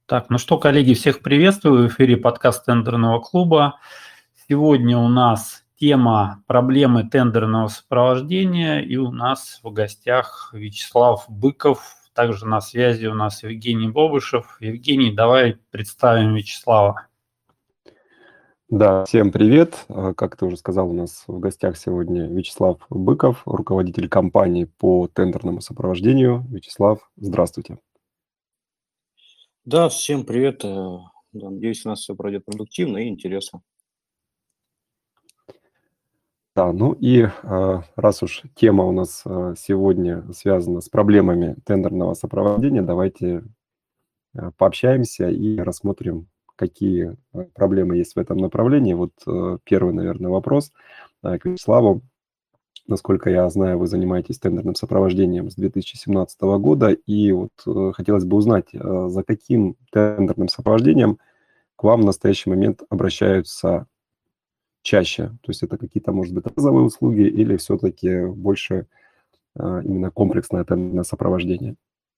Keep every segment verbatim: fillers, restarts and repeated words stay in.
Так, ну что, коллеги, всех приветствую. В эфире подкаст тендерного клуба. Сегодня у нас тема проблемы тендерного сопровождения, и у нас в гостях Вячеслав Быков. Также на связи у нас Евгений Бобышев. Евгений, давай представим Вячеслава. Да, всем привет. А, Как ты уже сказал, у нас в гостях сегодня Вячеслав Быков, руководитель компании по тендерному сопровождению. Вячеслав, здравствуйте. Да, всем привет. э, да, Надеюсь, у нас все пройдет продуктивно и интересно. Да, ну и а, раз уж тема у нас а, сегодня связана с проблемами тендерного сопровождения, давайте а, пообщаемся и рассмотрим, какие а, проблемы есть в этом направлении. Вот а, первый, наверное, вопрос а, к Вячеславу. Насколько я знаю, вы занимаетесь тендерным сопровождением с две тысячи семнадцатого года, и вот э, хотелось бы узнать, э, за каким тендерным сопровождением к вам в настоящий момент обращаются чаще? То есть это какие-то, может быть, разовые услуги или все-таки больше э, именно комплексное тендерное сопровождение?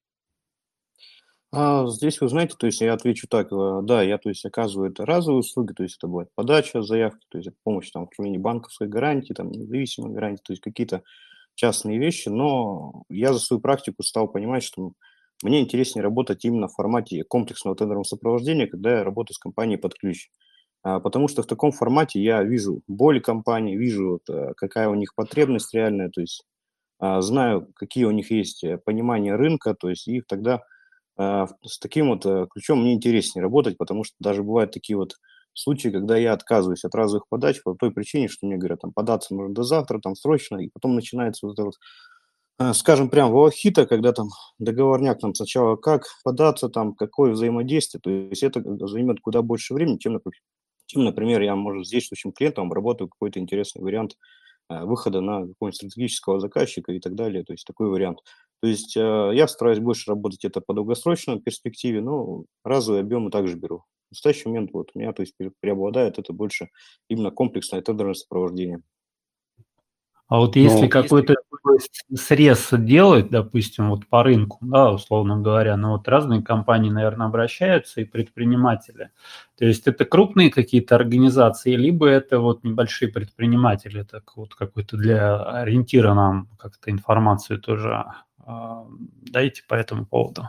А здесь, вы знаете, то есть я отвечу так, э, да, я, то есть, оказываю это разовые услуги, то есть это будет подача заявки, то есть это помощь там в оформлении банковской гарантии, там независимой гарантии, то есть какие-то частные вещи, но я за свою практику стал понимать, что мне интереснее работать именно в формате комплексного тендерного сопровождения, когда я работаю с компанией под ключ. А, Потому что в таком формате я вижу боль компании, вижу, вот, э, какая у них потребность реальная, то есть а, знаю, какие у них есть э, понимания рынка, то есть и тогда а, в- с таким вот э, ключом мне интереснее работать, потому что даже бывают такие вот случаи, когда я отказываюсь от разовых подач по той причине, что мне говорят, там, податься нужно до завтра, там, срочно, и потом начинается вот это вот, а, скажем, прям волокита, когда там договорняк там сначала как податься, там, какое взаимодействие, то есть это как бы займет куда больше времени, чем, напр- чем, например, я, может, с действующим клиентом обработаю какой-то интересный вариант э, выхода на какого-нибудь стратегического заказчика и так далее, то есть такой вариант. То есть э, я стараюсь больше работать это по долгосрочной перспективе, но разовые объемы также беру. В настоящий момент вот у меня, то есть, пре- преобладает это больше именно комплексное тендерное сопровождение. А вот если Ну, какой-то такой с- срез делать, допустим, вот по рынку, да, условно говоря, ну вот разные компании, наверное, обращаются и предприниматели. То есть это крупные какие-то организации, либо это вот небольшие предприниматели, так вот какой-то для ориентира нам как-то информацию тоже а, дайте по этому поводу.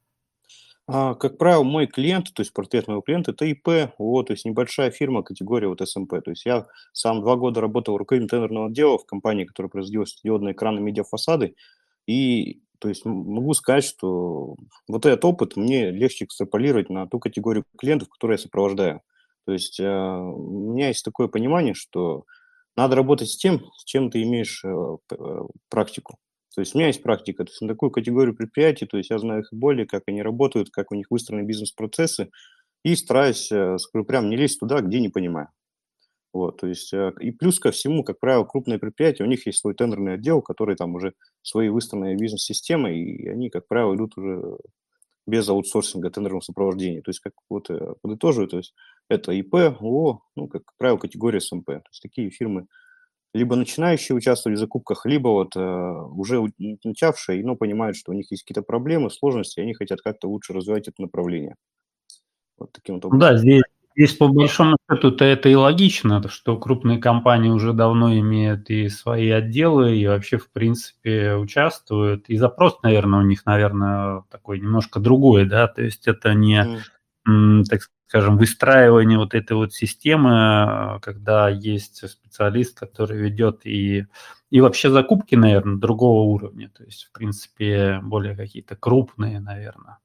А, как правило, мой клиент, то есть портрет моего клиента, это ИП, вот, то есть небольшая фирма категория вот СМП. То есть я сам два года работал руководителем тендерного отдела в компании, которая производила светодиодные экраны медиафасады. И то есть м- могу сказать, что вот этот опыт мне легче экстраполировать на ту категорию клиентов, которые я сопровождаю. То есть э, у меня есть такое понимание, что надо работать с тем, с чем ты имеешь э, п- э, практику. То есть у меня есть практика, то есть на такую категорию предприятий, то есть я знаю их боли, как они работают, как у них выстроены бизнес-процессы, и стараюсь, э, скажу прям, не лезть туда, где не понимаю. Вот, то есть, э, и плюс ко всему, как правило, крупные предприятия, у них есть свой тендерный отдел, который там уже свои выстроенные бизнес-системы, и они, как правило, идут уже без аутсорсинга тендерного сопровождения. То есть, как вот э, подытоживаю, то есть это ИП, ООО, ну, как правило, категория СМП. То есть такие фирмы либо начинающие участвовали в закупках, либо вот э, уже у- начавшие, но понимают, что у них есть какие-то проблемы, сложности, и они хотят как-то лучше развивать это направление. Вот таким вот Ну да, образом. здесь, здесь по большому счету-то это и логично, то что крупные компании уже давно имеют и свои отделы, и вообще, в принципе, участвуют. И запрос, наверное, у них, наверное, такой немножко другой, да, то есть это не, Мгм. м, так скажем, выстраивание вот этой вот системы, э, когда есть специалист, который ведет и, и вообще закупки, наверное, другого уровня, то есть, в принципе, более какие-то крупные, наверное.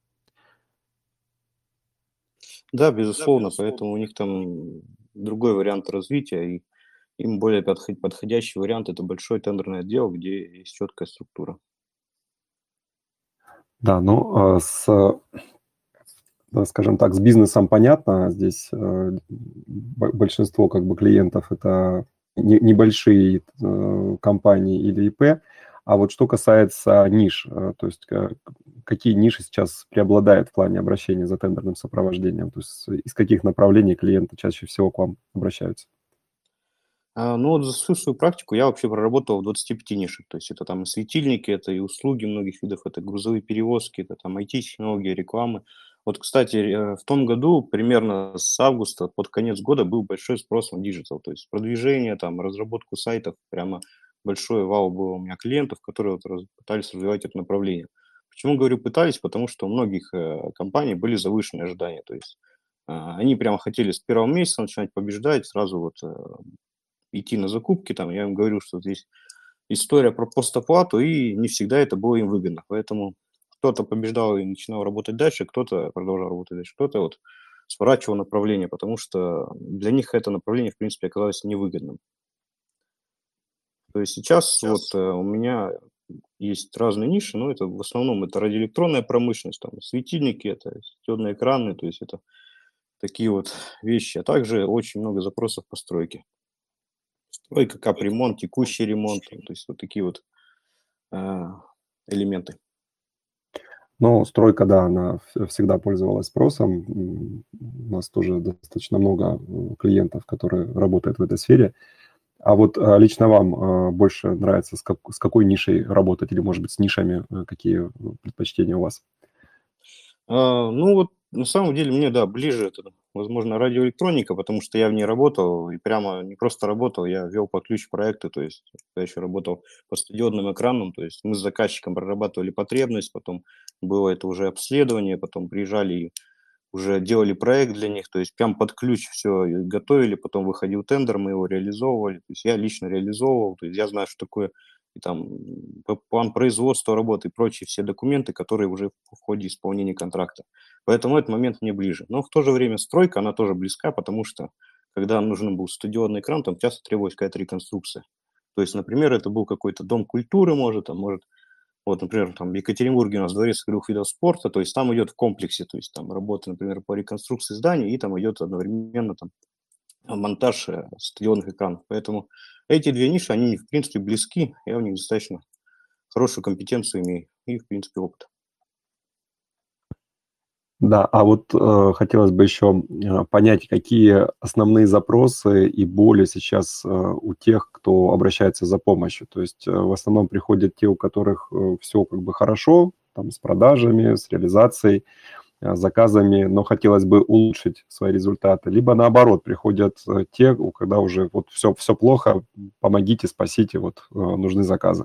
Да, безусловно, поэтому у них там другой вариант развития, и им более подход- подходящий вариант – это большой тендерный отдел, где есть четкая структура. да, ну, а с да, скажем так, с бизнесом понятно. Здесь э, б- большинство как бы клиентов это не- небольшие э, компании или ИП. А вот что касается ниш, э, то есть э, какие ниши сейчас преобладают в плане обращения за тендерным сопровождением? То есть из каких направлений клиенты чаще всего к вам обращаются? А, ну, вот за всю свою практику я вообще проработал в двадцати пяти нишах. То есть это там и светильники, это и услуги многих видов, это грузовые перевозки, это там I T-технологии, рекламы. Вот, кстати, э, в том году, примерно с августа под конец года, был большой спрос на диджитал, то есть продвижение, там, разработку сайтов, прямо большое вау было у меня клиентов, которые вот раз- пытались развивать это направление. Почему говорю пытались? Потому что у многих э, компаний были завышенные ожидания, то есть а, они прямо хотели с первого месяца начинать побеждать, сразу вот э, идти на закупки, там, я им говорю, что здесь история про постоплату, и не всегда это было им выгодно. Поэтому кто-то побеждал и начинал работать дальше, кто-то продолжал работать дальше, кто-то вот сворачивал направление, потому что для них это направление, в принципе, оказалось невыгодным. То есть сейчас вот Сейчас. э, у меня есть разные ниши, но это в основном это радиоэлектронная промышленность, там светильники, это светодиодные экраны, то есть это такие вот вещи, а также очень много запросов по стройке. Стройка, капремонт, текущий ремонт, то есть вот такие вот а, элементы. Но стройка, да, она вс- всегда пользовалась спросом. М, У нас тоже достаточно много э, клиентов, которые работают в этой сфере. А вот а, лично вам а, больше нравится с, как- с какой нишей работать или, может быть, с нишами, э, какие э, предпочтения у вас? А, ну вот на самом деле мне, да, ближе это, возможно, радиоэлектроника, потому что я в ней работал, и прямо не просто работал, я вел под ключ проекты, то есть я еще работал по светодиодным экранам, то есть мы с заказчиком прорабатывали потребность, потом было это уже обследование, потом приезжали и уже делали проект для них, то есть прям под ключ все готовили, потом выходил тендер, мы его реализовывали, то есть я лично реализовывал, то есть я знаю, что такое и там п- план производства работы и прочие все документы, которые уже в ходе исполнения контракта. Поэтому этот момент мне ближе. Но в то же время стройка, она тоже близка, потому что когда нужен был стадионный экран, там часто требовалась какая-то реконструкция. То есть, например, это был какой-то дом культуры, может, а может, вот, например, там в Екатеринбурге у нас дворец игровых видов спорта, то есть там идет в комплексе, то есть там работа, например, по реконструкции здания, и там идет одновременно там монтаж э, стадионных экранов. Поэтому эти две ниши, они, в принципе, близки, я в них достаточно хорошую компетенцию имею и, в принципе, опыт. Да, а вот э, хотелось бы еще э, понять, какие основные запросы и боли сейчас э, у тех, кто обращается за помощью. То есть э, в основном приходят те, у которых все как бы хорошо, там с продажами, с реализацией, э, заказами, но хотелось бы улучшить свои результаты. Либо наоборот, приходят э, те, у когда уже вот все, все плохо, помогите, спасите, вот э, нужны заказы.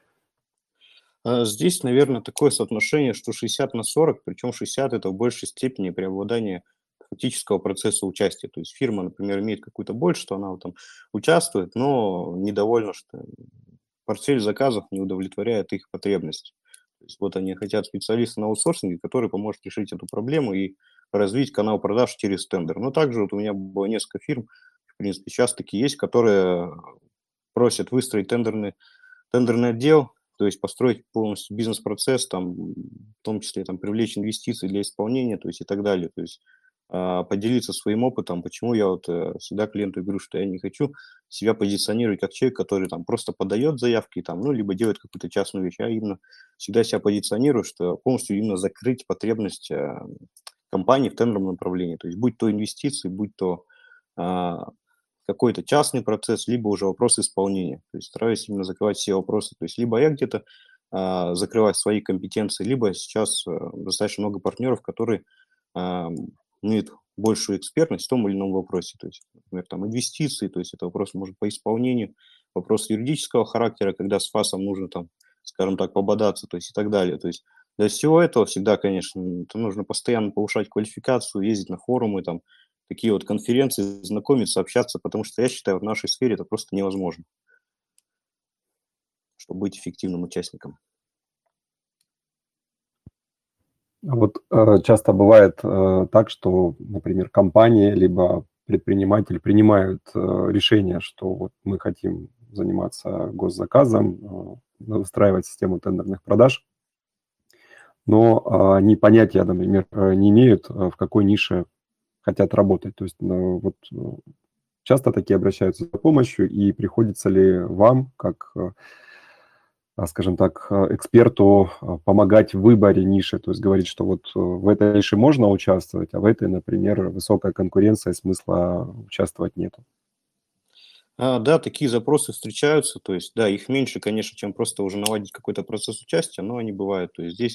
А здесь, наверное, такое соотношение, что шестьдесят на сорок, причем шестьдесят это в большей степени преобладание фактического процесса участия. То есть фирма, например, имеет какую-то боль, что она вот там участвует, но недовольна, что портфель заказов не удовлетворяет их потребности. То есть вот они хотят специалиста на аутсорсинге, который поможет решить эту проблему и развить канал продаж через тендер. Но также вот у меня было несколько фирм, в принципе, сейчас такие есть, которые просят выстроить тендерный, тендерный отдел, то есть построить полностью бизнес-процесс, там, в том числе там, привлечь инвестиции для исполнения, то есть и так далее. То есть а, поделиться своим опытом, почему я вот э, всегда клиенту говорю, что я не хочу себя позиционировать как человек, который там просто подает заявки, там, ну, либо делает какую-то частную вещь, а именно всегда себя позиционирую, что полностью именно закрыть потребность э, компании в тендерном направлении. То есть будь то инвестиции, будь то а, какой-то частный процесс, либо уже вопрос исполнения. То есть стараюсь именно закрывать все вопросы. То есть либо я где-то а, закрываю свои компетенции, либо сейчас а, достаточно много партнеров, которые а, имеют большую экспертность в том или ином вопросе. То есть, например, там инвестиции, то есть это вопрос, может, по исполнению, вопрос юридического характера, когда с ФАСом нужно там, скажем так, пободаться, то есть и так далее. То есть для всего этого всегда, конечно, это нужно постоянно повышать квалификацию, ездить на форумы, там, такие вот конференции, знакомиться, общаться, потому что я считаю, в нашей сфере это просто невозможно, чтобы быть эффективным участником. Вот э, часто бывает э, так, что, например, компания либо предприниматель принимают э, решение, что вот мы хотим заниматься госзаказом, э, выстраивать систему тендерных продаж, но э, они понятия, например, э, не имеют, э, в какой нише хотят работать. То есть ну, вот э, часто такие обращаются за помощью, и приходится ли вам, как э, а, скажем так, э, эксперту а, помогать в выборе ниши, то есть говорить, что вот э, в этой нише можно участвовать, а в этой, например, высокая конкуренция, смысла участвовать нету. А, да, такие запросы встречаются, то есть, да, их меньше, конечно, чем просто уже наладить какой-то процесс участия, но они бывают. То есть здесь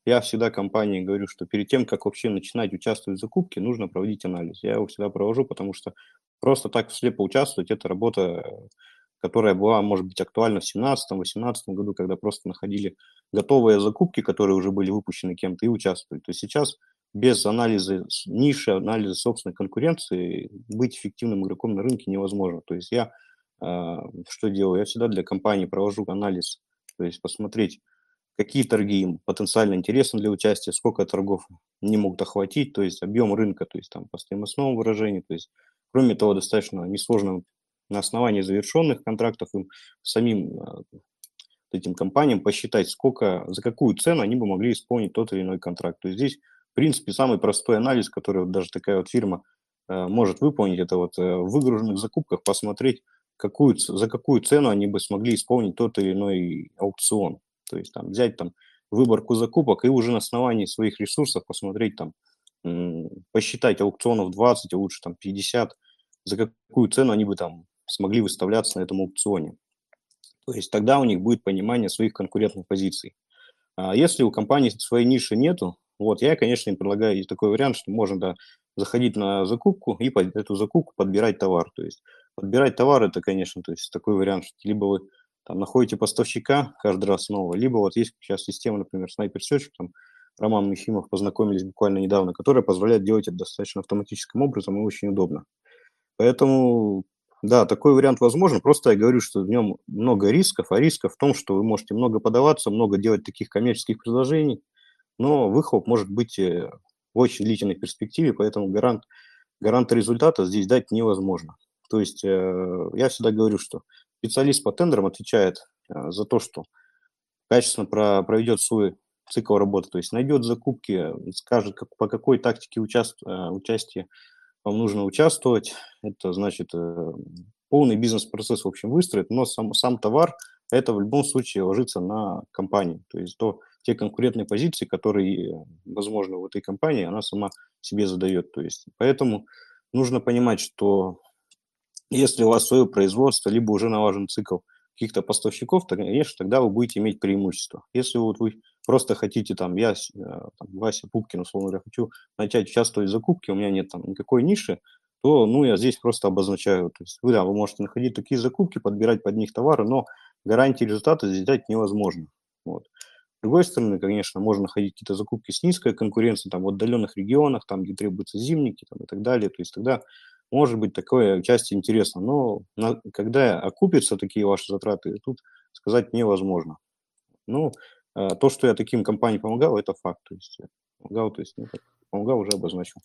я всегда компании говорю, что перед тем, как вообще начинать участвовать в закупке, нужно проводить анализ. Я его всегда провожу, потому что просто так слепо участвовать – это работа, которая была, может быть, актуальна в семнадцатом-восемнадцатом году, когда просто находили готовые закупки, которые уже были выпущены кем-то, и участвовали. То есть сейчас без анализа ниши, анализа собственной конкуренции быть эффективным игроком на рынке невозможно. То есть я э, что делаю? Я всегда для компании провожу анализ, то есть посмотреть, какие торги им потенциально интересны для участия, сколько торгов не могут охватить, то есть объем рынка, то есть там по стоимостному выражению. То есть, кроме того, достаточно несложно на основании завершенных контрактов им самим этим компаниям посчитать, сколько, за какую цену они бы могли исполнить тот или иной контракт. То есть здесь, в принципе, самый простой анализ, который вот даже такая вот фирма э, может выполнить, это вот э, в выгруженных закупках посмотреть, какую, за какую цену они бы смогли исполнить тот или иной аукцион. То есть там взять там выборку закупок и уже на основании своих ресурсов посмотреть там, м, посчитать аукционов двадцать, а лучше там пятьдесят, за какую цену они бы там смогли выставляться на этом аукционе. То есть тогда у них будет понимание своих конкурентных позиций. А если у компании своей ниши нету, вот я, конечно, им предлагаю такой вариант, что можно да, заходить на закупку и под эту закупку подбирать товар. То есть подбирать товар – это, конечно, то есть такой вариант, что либо вы там находите поставщика каждый раз нового, либо вот есть сейчас система, например, Sniper Search, там Роман Ефимов познакомились буквально недавно, которая позволяет делать это достаточно автоматическим образом и очень удобно. Поэтому да, такой вариант возможен, просто я говорю, что в нем много рисков, а рисков в том, что вы можете много подаваться, много делать таких коммерческих предложений, но выхлоп может быть в очень длительной перспективе, поэтому гарант, гаранта результата здесь дать невозможно. То есть э, я всегда говорю, что специалист по тендерам отвечает э, за то, что качественно про, проведет свой цикл работы, то есть найдет закупки, скажет, как, по какой тактике участ, э, участия вам нужно участвовать, это значит э, полный бизнес-процесс, в общем, выстроит, но сам, сам товар, это в любом случае ложится на компанию, то есть то, те конкурентные позиции, которые, возможно, в этой компании, она сама себе задает, то есть поэтому нужно понимать, что если у вас свое производство, либо уже налажен цикл каких-то поставщиков, то, конечно, тогда вы будете иметь преимущество. Если вот вы просто хотите, там, я, там, Вася Пупкин, условно говоря, хочу начать участвовать в закупке, у меня нет там никакой ниши, то, ну, я здесь просто обозначаю. То есть вы, да, вы можете находить такие закупки, подбирать под них товары, но гарантии результата здесь дать невозможно. Вот. С другой стороны, конечно, можно находить какие-то закупки с низкой конкуренцией, там, в отдаленных регионах, там, где требуются зимники, там, и так далее. То есть тогда может быть такое части интересно. Но на, когда окупятся такие ваши затраты, тут сказать невозможно. Ну, э, то, что я таким компаниям помогал, это факт. То есть помогал, то есть ну, помогал, уже обозначил.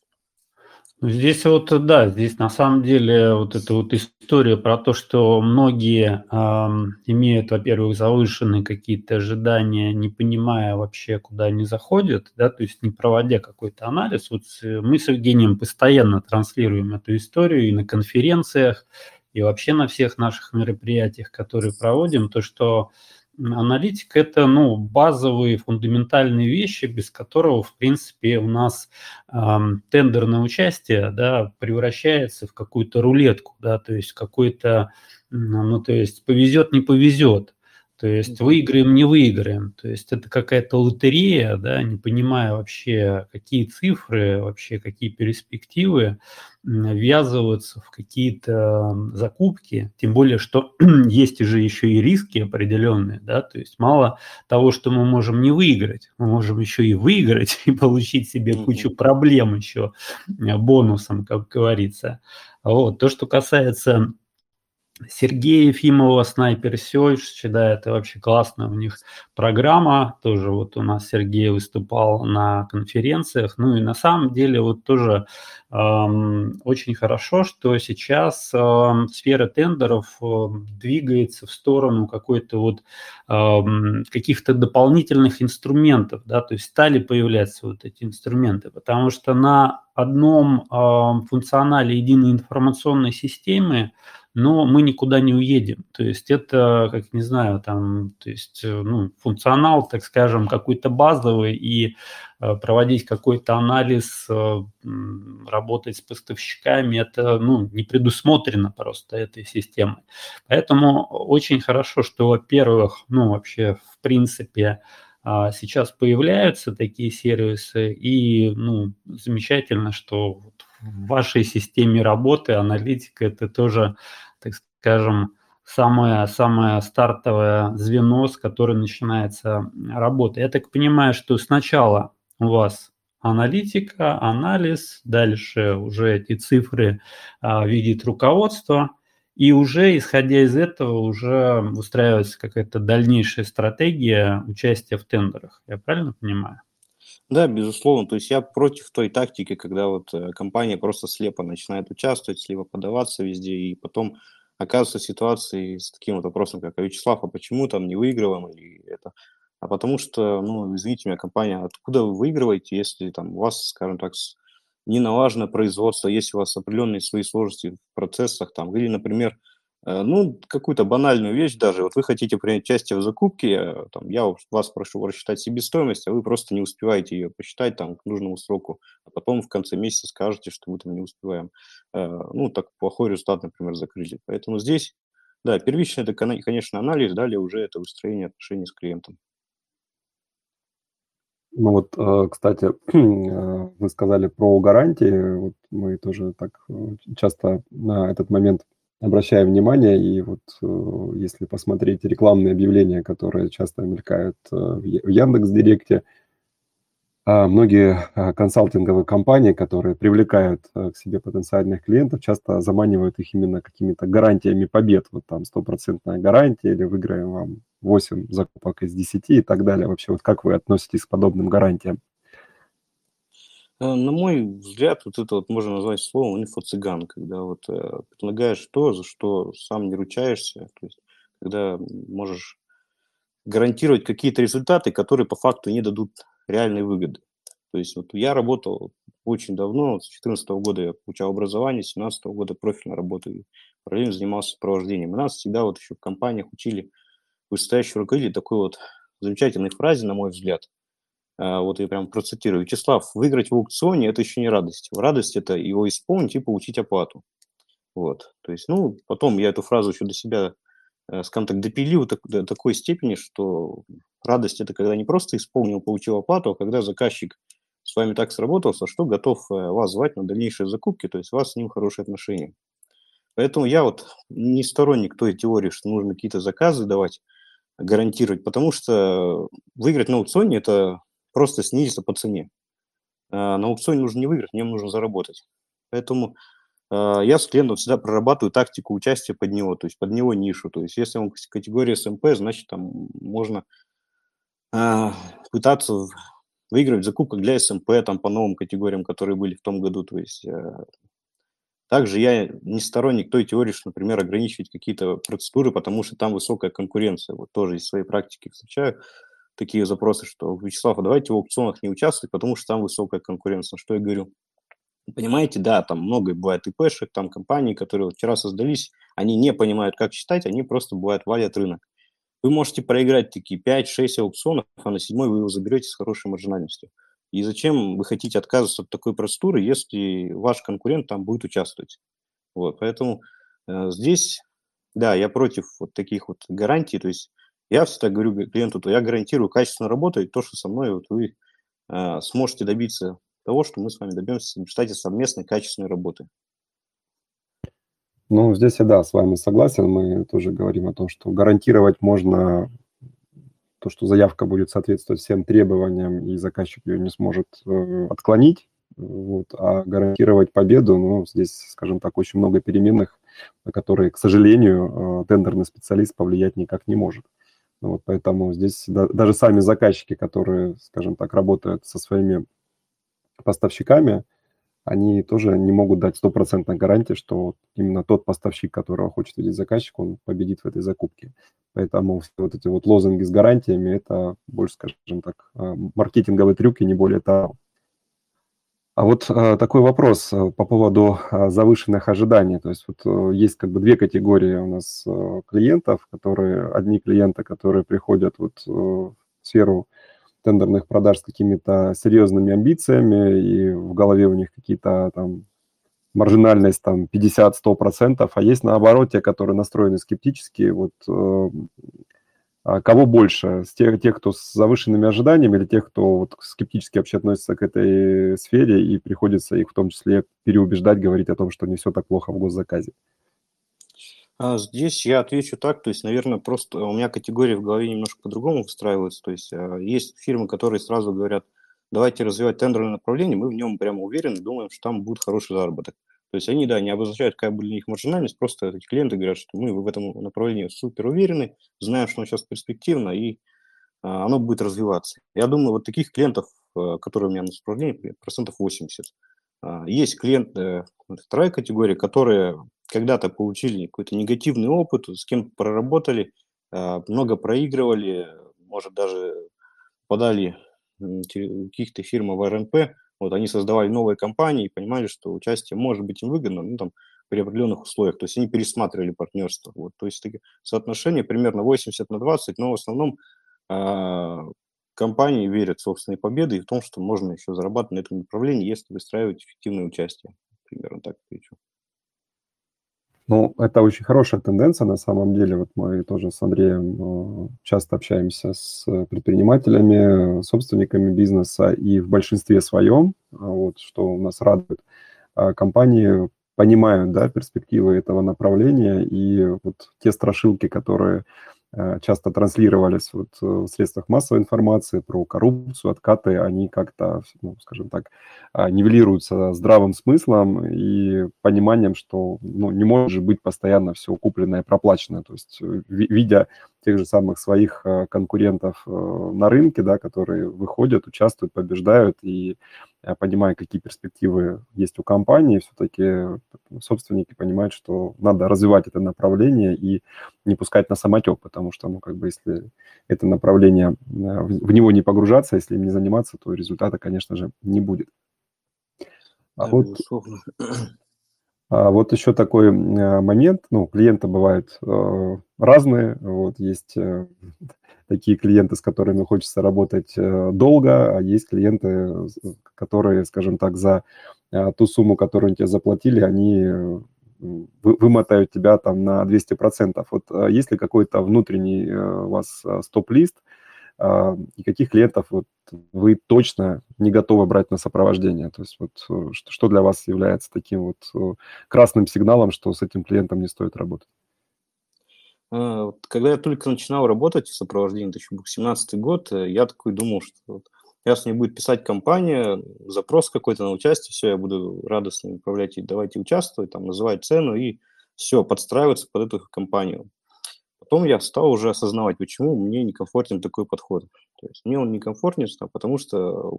Здесь вот, да, здесь на самом деле вот эта вот история про то, что многие эм, имеют, во-первых, завышенные какие-то ожидания, не понимая вообще, куда они заходят, да, то есть не проводя какой-то анализ. Вот мы с Евгением постоянно транслируем эту историю и на конференциях, и вообще на всех наших мероприятиях, которые проводим, то, что аналитика – это, ну, базовые, фундаментальные вещи, без которого, в принципе, у нас э, тендерное участие, да, превращается в какую-то рулетку, да, то есть какой-то, ну, то есть повезет, не повезет. То есть выиграем, не выиграем. То есть это какая-то лотерея, да, не понимая вообще, какие цифры, вообще какие перспективы ввязываются в какие-то закупки, тем более, что есть же еще и риски определенные, да, то есть мало того, что мы можем не выиграть, мы можем еще и выиграть и получить себе кучу проблем еще бонусом, как говорится. Вот. То, что касается Сергея Ефимова, Sniper Search, да, это вообще классная у них программа, тоже вот у нас Сергей выступал на конференциях, ну и на самом деле вот тоже эм, очень хорошо, что сейчас эм, сфера тендеров э, двигается в сторону какой-то вот эм, каких-то дополнительных инструментов, да, то есть стали появляться вот эти инструменты, потому что на одном э, функционале единой информационной системы но мы никуда не уедем. То есть это, как не знаю, там, то есть, ну, функционал, так скажем, какой-то базовый, и э, проводить какой-то анализ, э, работать с поставщиками, это, ну, не предусмотрено просто этой системой. Поэтому очень хорошо, что, во-первых, ну, вообще, в принципе, А сейчас появляются такие сервисы, и ну, замечательно, что вот в вашей системе работы аналитика – это тоже, так скажем, самое, самое стартовое звено, с которым начинается работа. Я так понимаю, что сначала у вас аналитика, анализ, дальше уже эти цифры а, видит руководство, и уже, исходя из этого, уже выстраивается какая-то дальнейшая стратегия участия в тендерах. Я правильно понимаю? Да, безусловно. То есть я против той тактики, когда вот э, компания просто слепо начинает участвовать, слепо подаваться везде, и потом оказывается в ситуации с таким вот вопросом, как: а Вячеслав, а почему там не выигрываем или это? А потому что, ну, извините меня, компания, откуда вы выигрываете, если там у вас, скажем так, с- не налажено производство, если у вас определенные свои сложности в процессах, там, или, например, Э, ну, какую-то банальную вещь даже. Вот вы хотите принять участие в закупке, э, там, я у вас прошу рассчитать себестоимость, а вы просто не успеваете ее посчитать там к нужному сроку, а потом в конце месяца скажете, что мы там не успеваем. Э, Ну, так плохой результат, например, закрыли. Поэтому здесь, да, первично это, кона- конечно, анализ, далее уже это выстроение отношений с клиентом. Ну вот, э, кстати, э, вы сказали про гарантии. Вот мы тоже так э, часто на этот момент обращаем внимание. И вот э, если посмотреть рекламные объявления, которые часто мелькают э, в Я- в Яндекс.Директе, а многие а, консалтинговые компании, которые привлекают э, к себе потенциальных клиентов, часто заманивают их именно какими-то гарантиями побед. Вот там стопроцентная гарантия или выиграем вам восемь закупок из десяти и так далее. Вообще, вот как вы относитесь к подобным гарантиям? Э, На мой взгляд, вот это вот можно назвать словом инфо-цыган, когда вот э, предлагаешь то, за что сам не ручаешься, то есть когда можешь гарантировать какие-то результаты, которые по факту не дадут реальной выгоды. То есть вот я работал очень давно, с две тысячи четырнадцатого года я получал образование, с две тысячи семнадцатого года профильно работаю, параллельно занимался сопровождением. И нас всегда вот еще в компаниях учили вышестоящие руководители такой вот замечательной фразе, на мой взгляд. А, Вот я прям процитирую. Вячеслав, выиграть в аукционе – это еще не радость. Радость – это его исполнить и получить оплату. Вот. То есть, ну, потом я эту фразу еще до себя, э, скажем так, допилил так- до такой степени, что радость – это когда не просто исполнил, получил оплату, а когда заказчик с вами так сработался, что готов э, вас звать на дальнейшие закупки, то есть у вас с ним хорошие отношения. Поэтому я вот не сторонник той теории, что нужно какие-то заказы давать, гарантировать, потому что выиграть на аукционе – это просто снизиться по цене. А на аукционе нужно не выиграть, в нем нужно заработать. Поэтому а, я с клиентом всегда прорабатываю тактику участия под него, то есть под него нишу. То есть если он к- категория эс эм пэ, значит, там можно а, пытаться в- выигрывать закупку для эс эм пэ там, по новым категориям, которые были в том году. То есть э, также я не сторонник той теории, что, например, ограничивать какие-то процедуры, потому что там высокая конкуренция. Вот тоже из своей практики встречаю такие запросы, что: Вячеслав, а давайте в аукционах не участвовать, потому что там высокая конкуренция. На что я говорю: понимаете, да, там много бывает ИПшек, там компаний, которые вот вчера создались, они не понимают, как считать, они просто, бывает, валят рынок. Вы можете проиграть такие пять-шесть аукционов, а на седьмой вы его заберете с хорошей маржинальностью. И зачем вы хотите отказываться от такой процедуры, если ваш конкурент там будет участвовать? Вот, поэтому э, здесь, да, я против вот таких вот гарантий. То есть я всегда говорю клиенту, то я гарантирую качественную работу, и то, что со мной вот вы э, сможете добиться того, что мы с вами добьемся в результате совместной качественной работы. Ну, здесь я, да, с вами согласен. Мы тоже говорим о том, что гарантировать можно то, что заявка будет соответствовать всем требованиям, и заказчик ее не сможет э, отклонить. Вот. А гарантировать победу, ну, здесь, скажем так, очень много переменных, на которые, к сожалению, э, тендерный специалист повлиять никак не может. Ну вот, поэтому здесь да- даже сами заказчики, которые, скажем так, работают со своими поставщиками, они тоже не могут дать стопроцентной гарантии, что вот именно тот поставщик, которого хочет видеть заказчик, он победит в этой закупке. Поэтому все вот эти вот лозунги с гарантиями – это больше, скажем так, э, маркетинговый трюк и не более того. А вот э, такой вопрос э, по поводу э, завышенных ожиданий. То есть вот э, есть как бы две категории у нас э, клиентов, которые, одни клиенты, которые приходят вот э, в сферу тендерных продаж с какими-то серьезными амбициями, и в голове у них какие-то там маржинальность там пятьдесят-сто процентов, а есть наоборот те, которые настроены скептически. Вот э, А кого больше? С тех, тех, кто с завышенными ожиданиями, или тех, кто вот скептически вообще относится к этой сфере, и приходится их в том числе переубеждать, говорить о том, что не все так плохо в госзаказе? А здесь я отвечу так, то есть, наверное, просто у меня категория в голове немножко по-другому выстраивается. То есть а, есть фирмы, которые сразу говорят, давайте развивать тендерное направление, мы в нем прямо уверены, думаем, что там будет хороший заработок. То есть они, да, не обозначают, какая будет для них маржинальность, просто эти клиенты говорят, что мы в этом направлении супер уверены, знаем, что оно сейчас перспективно, и а, оно будет развиваться. Я думаю, вот таких клиентов, а, которые у меня на сопровождении, процентов восемьдесят. А, Есть клиенты, вот вторая категория, которые когда-то получили какой-то негативный опыт, с кем проработали, а, много проигрывали, может, даже подали м, те- у каких-то фирм в эр эн пэ, вот они создавали новые компании и понимали, что участие может быть им выгодно, ну, там, при определенных условиях. То есть они пересматривали партнерство. Вот. То есть таки соотношение примерно восемьдесят на двадцать, но в основном а, компании верят в собственные победы и в том, что можно еще зарабатывать на этом направлении, если выстраивать эффективное участие. Примерно так отвечу. Ну, это очень хорошая тенденция на самом деле. Вот мы тоже с Андреем э, часто общаемся с предпринимателями, собственниками бизнеса, и в большинстве своем, а, вот, что у нас радует, а, компании понимают, да, перспективы этого направления, и вот те страшилки, которые э, часто транслировались вот э, в средствах массовой информации про коррупцию, откаты, они как-то, ну, скажем так, а, нивелируются здравым смыслом и пониманием, что, ну, не может же быть постоянно все купленное и проплаченное. То есть, э, ви- видя тех же самых своих э, конкурентов э, на рынке, да, которые выходят, участвуют, побеждают, и э, понимая, какие перспективы есть у компании, все-таки собственники понимают, что надо развивать это направление и не пускать на самотек, потому что, ну, как бы, если это направление, э, в в него не погружаться, если им не заниматься, то результата, конечно же, не будет. А Да, вот, безусловно. а вот еще такой э, момент, ну, клиенты бывают э, разные, вот, есть э, такие клиенты, с которыми хочется работать э, долго, а есть клиенты, э, с- которые, скажем так, за э, ту сумму, которую они тебе заплатили, они э, вы- вымотают тебя там на двести процентов. Вот э, есть ли какой-то внутренний э, у вас э, стоп-лист, а, и каких клиентов вот вы точно не готовы брать на сопровождение? То есть вот э, что, что для вас является таким вот э, красным сигналом, что с этим клиентом не стоит работать? А, вот когда я только начинал работать в сопровождении, это еще был семнадцатый год, э, я такой думал, что вот сейчас мне будет писать компания, запрос какой-то на участие, все, я буду радостно управлять и давайте участвовать, там, называть цену и все, подстраиваться под эту компанию. Потом я стал уже осознавать, почему мне некомфортен такой подход. То есть мне он некомфортен, стал, потому что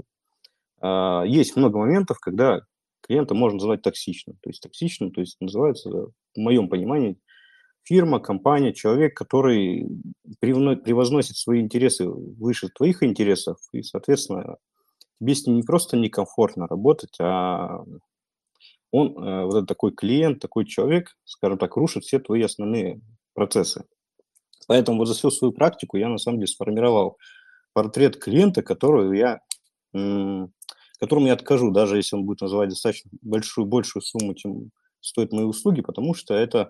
а, есть много моментов, когда клиента можно назвать токсичным. То есть токсичным, то есть называется, в моем понимании, фирма, компания, человек, который превно- превозносит свои интересы выше твоих интересов, и, соответственно, тебе с ним не просто некомфортно работать, а он, э, вот этот такой клиент, такой человек, скажем так, рушит все твои основные процессы. Поэтому вот за всю свою практику я на самом деле сформировал портрет клиента, которого я, м, которому я откажу, даже если он будет называть достаточно большую, большую сумму, чем стоят мои услуги, потому что это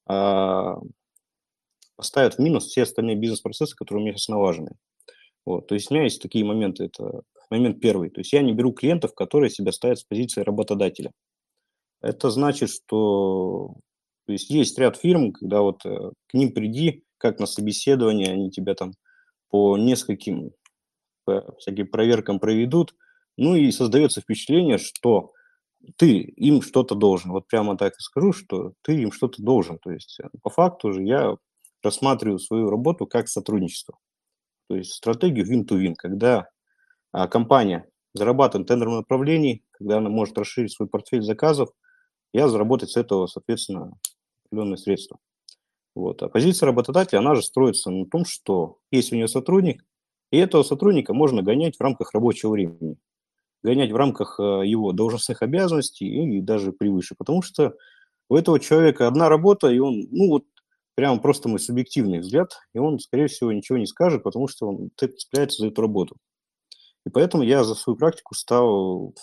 а, поставят в минус все остальные бизнес-процессы, которые у меня сейчас налажены. Вот, то есть у меня есть такие моменты. Это момент первый. То есть я не беру клиентов, которые себя ставят с позиции работодателя. Это значит, что то есть, есть ряд фирм, когда вот э, к ним приди, как на собеседование, они тебя там по нескольким по всяким проверкам проведут, ну и создается впечатление, что ты им что-то должен. Вот прямо так и скажу, что ты им что-то должен. То есть э, по факту же я рассматриваю свою работу как сотрудничество. То есть стратегию win-to-win, когда а, компания зарабатывает в тендерном направлении, когда она может расширить свой портфель заказов, я заработать с этого, соответственно, определенные средства. Вот. А позиция работодателя, она же строится на том, что есть у нее сотрудник, и этого сотрудника можно гонять в рамках рабочего времени, гонять в рамках э, его должностных обязанностей и даже превыше, потому что у этого человека одна работа, и он, ну вот, прям просто мой субъективный взгляд, и он, скорее всего, ничего не скажет, потому что он ц- цепляется за эту работу. И поэтому я за свою практику стал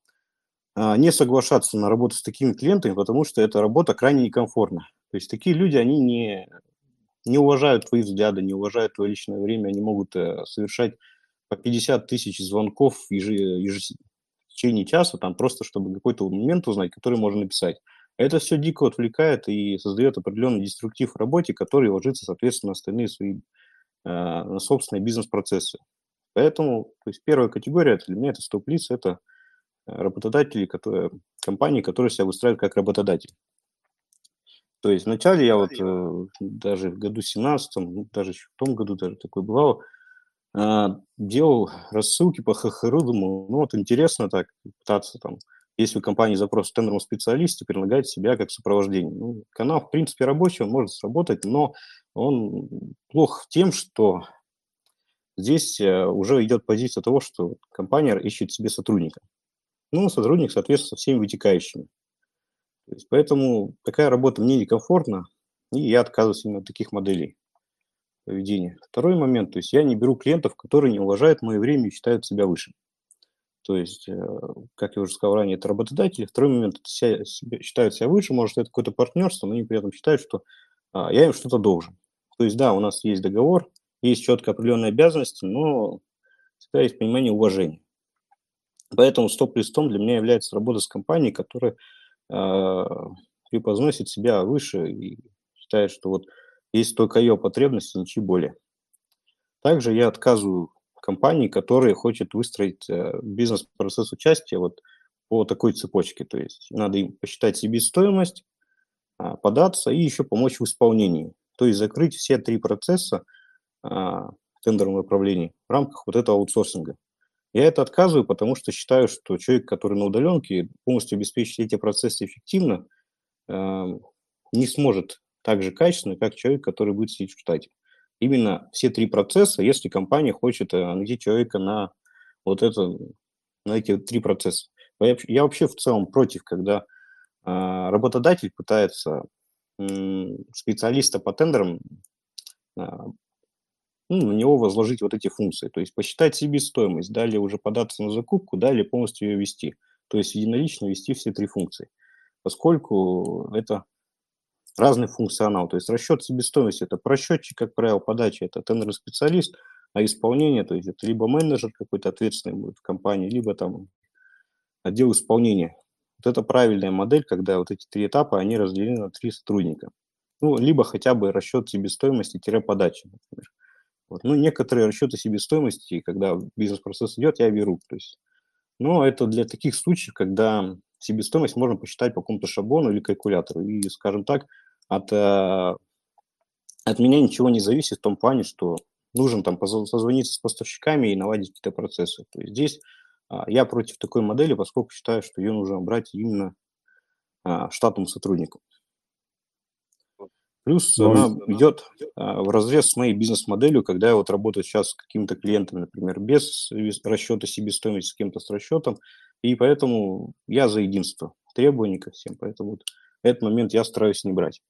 а, не соглашаться на работу с такими клиентами, потому что эта работа крайне некомфортна. То есть такие люди, они не, не уважают твои взгляды, не уважают твое личное время, они могут э, совершать по пятьдесят тысяч звонков ежи, ежес- в течение часа, там просто чтобы какой-то момент узнать, который можно написать. Это все дико отвлекает и создает определенный деструктив в работе, который ложится, соответственно, на остальные свои, э, на собственные бизнес-процессы. Поэтому, то есть первая категория это для меня это стоп-лист, это э, работодатели, которые, компании, которые себя выстраивают как работодатель. То есть вначале я вот э, даже в году семнадцатом, ну, даже еще в том году даже такое бывало, а, делал рассылки по ХХРУ, думал, ну вот интересно так пытаться там, если у компании запрос в тендерном специалисте, предлагать себя как сопровождение. Ну, канал, в принципе, рабочий, он может сработать, но он плох тем, что здесь э, уже идет позиция того, что компания ищет себе сотрудника. Ну, сотрудник, соответственно, со всеми вытекающими. То есть, поэтому такая работа мне некомфортна, и я отказываюсь именно от таких моделей поведения. Второй момент, то есть я не беру клиентов, которые не уважают мое время и считают себя выше. То есть, э, как я уже сказал ранее, это работодатели. Второй момент, это себя, себя- считают себя выше, может, это какое-то партнерство, но они при этом считают, что а, я им что-то должен. То есть, да, у нас есть договор, есть четко определенные обязанности, но всегда есть понимание уважения. Поэтому стоп-листом для меня является работа с компанией, которая э, преподносит себя выше и считает, что вот есть только ее потребности, ничьи более. Также я отказываю компании, которые хочет выстроить э, бизнес-процесс участия вот по такой цепочке. То есть надо им посчитать себестоимость, а, податься и еще помочь в исполнении. То есть закрыть все три процесса а, в тендерном направлении в рамках вот этого аутсорсинга. Я это отказываю, потому что считаю, что человек, который на удаленке, полностью обеспечить эти процессы эффективно, э, не сможет так же качественно, как человек, который будет сидеть в штате. Именно все три процесса, если компания хочет э, найти человека на вот это, на эти три процесса. Я, вообще- я вообще в целом против, когда а, работодатель пытается м, специалиста по тендерам а, ну, на него возложить вот эти функции. То есть посчитать себестоимость, далее уже податься на закупку, далее полностью ее вести. То есть единолично вести все три функции. Поскольку это разный функционал. То есть расчет себестоимости – это просчетчик, как правило, подача – это тендерный специалист, а исполнение, то есть это либо менеджер какой-то ответственный будет в компании, либо там отдел исполнения. Вот это правильная модель, когда вот эти три этапа, они разделены на три сотрудника. Ну, либо хотя бы расчет себестоимости-подачи, например. Вот. Ну, некоторые расчеты себестоимости, когда бизнес-процесс идет, я беру. То есть, но это для таких случаев, когда себестоимость можно посчитать по какому-то шаблону или калькулятору. И, скажем так, от, э, от меня ничего не зависит в том плане, что нужно там позо- созвониться с поставщиками и наладить какие-то процессы. То есть здесь а, я против такой модели, поскольку считаю, что ее нужно брать именно а, штатному сотруднику. Плюс Но она идет а, в разрез с моей бизнес-моделью, когда я вот работаю сейчас с какими-то клиентами, например, без расчета себестоимости, с кем-то с расчетом, и поэтому я за единство требований ко всем, поэтому вот этот момент я стараюсь не брать.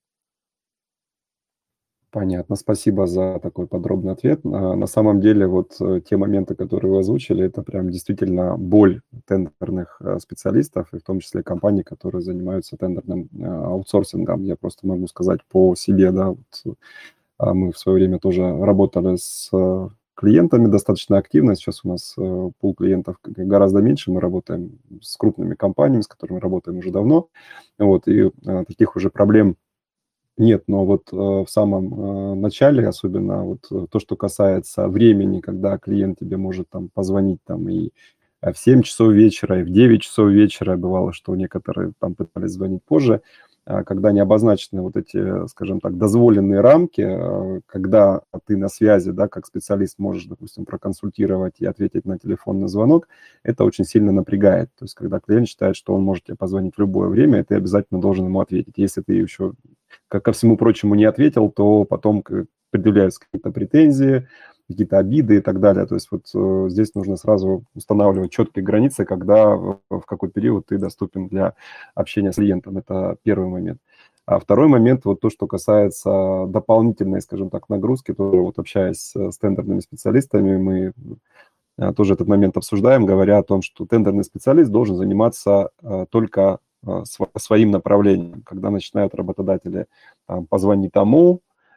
понятно, спасибо за такой подробный ответ. А, На самом деле, вот э, те моменты, которые вы озвучили, это прям действительно боль тендерных э, специалистов, и в том числе компаний, которые занимаются тендерным э, аутсорсингом. Я просто могу сказать по себе, да, вот, а, мы в свое время тоже работали с э, клиентами достаточно активно. Сейчас у нас э, пул клиентов г- гораздо меньше. Мы работаем с крупными компаниями, с которыми работаем уже давно. Вот, и э, таких уже проблем нет, но вот, э, в самом, э, начале, особенно вот, э, то, что касается времени, когда клиент тебе может там позвонить там и, э, в семь часов вечера, и в девять часов вечера. Бывало, что некоторые там пытались звонить позже. А, когда не обозначены вот эти, э, скажем так, дозволенные рамки, э, когда ты на связи, да, как специалист можешь, допустим, проконсультировать и ответить на телефонный звонок, это очень сильно напрягает. То есть когда клиент считает, что он может тебе позвонить в любое время, и ты обязательно должен ему ответить. Если ты еще как ко всему прочему, не ответил, то потом к- предъявляются какие-то претензии, какие-то обиды и так далее. То есть вот э, здесь нужно сразу устанавливать четкие границы, когда, в, в какой период ты доступен для общения с клиентом. Это первый момент. А второй момент, вот то, что касается дополнительной, скажем так, нагрузки, тоже вот общаясь с тендерными специалистами, мы э, тоже этот момент обсуждаем, говоря о том, что тендерный специалист должен заниматься э, только э, сво- своим направлением. Когда начинают работодатели там, позвони тому,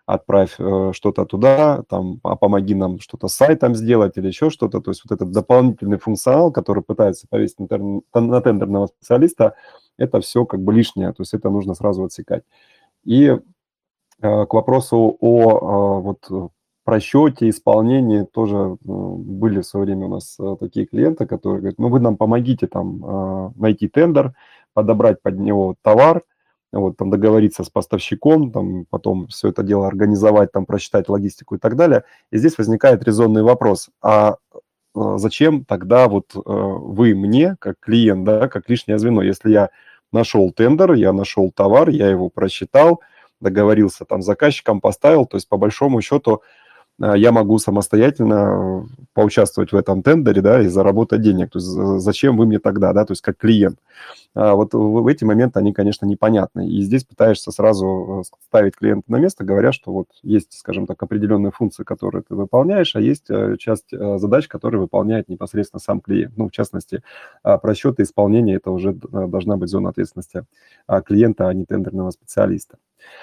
отправь э, что-то туда, там, а помоги нам что-то с сайтом сделать или еще что-то. То есть вот этот дополнительный функционал, который пытается повесить на, тер- на тендерного специалиста, это все как бы лишнее, то есть это нужно сразу отсекать. И э, к вопросу о э, вот просчете, исполнении тоже э, были в свое время у нас э, такие клиенты, которые говорят, ну вы нам помогите там э, найти тендер, подобрать под него товар, вот, там договориться с поставщиком, там, потом все это дело организовать, там, просчитать логистику и так далее. И здесь возникает резонный вопрос, а э, зачем тогда вот э, вы мне, как клиент, да, как лишнее звено, если я нашел тендер, я нашел товар, я его просчитал, договорился там с заказчиком, поставил, то есть по большому счету я могу самостоятельно поучаствовать в этом тендере, да, и заработать денег. То есть зачем вы мне тогда, да, то есть как клиент. А вот в эти моменты они, конечно, непонятны. И здесь пытаешься сразу ставить клиента на место, говоря, что вот есть, скажем так, определенные функции, которые ты выполняешь, а есть часть задач, которые выполняет непосредственно сам клиент. Ну, в частности, просчет и исполнение – это уже должна быть зона ответственности клиента, а не тендерного специалиста.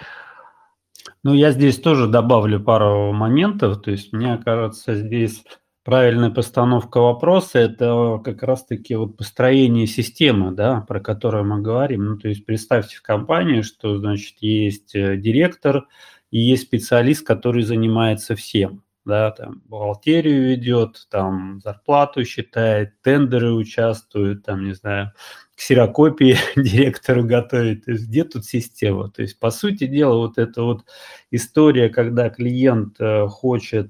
Ну, я здесь тоже добавлю пару моментов. То есть, мне кажется, здесь правильная постановка вопроса – это как раз-таки вот построение системы, да, про которую мы говорим. Ну, то есть, представьте в компании, что, значит, есть директор и есть специалист, который занимается всем. Да, там бухгалтерию ведет, там зарплату считает, тендеры участвуют, там, не знаю, ксерокопии директору готовит. То есть где тут система? То есть, по сути дела, вот эта вот история, когда клиент хочет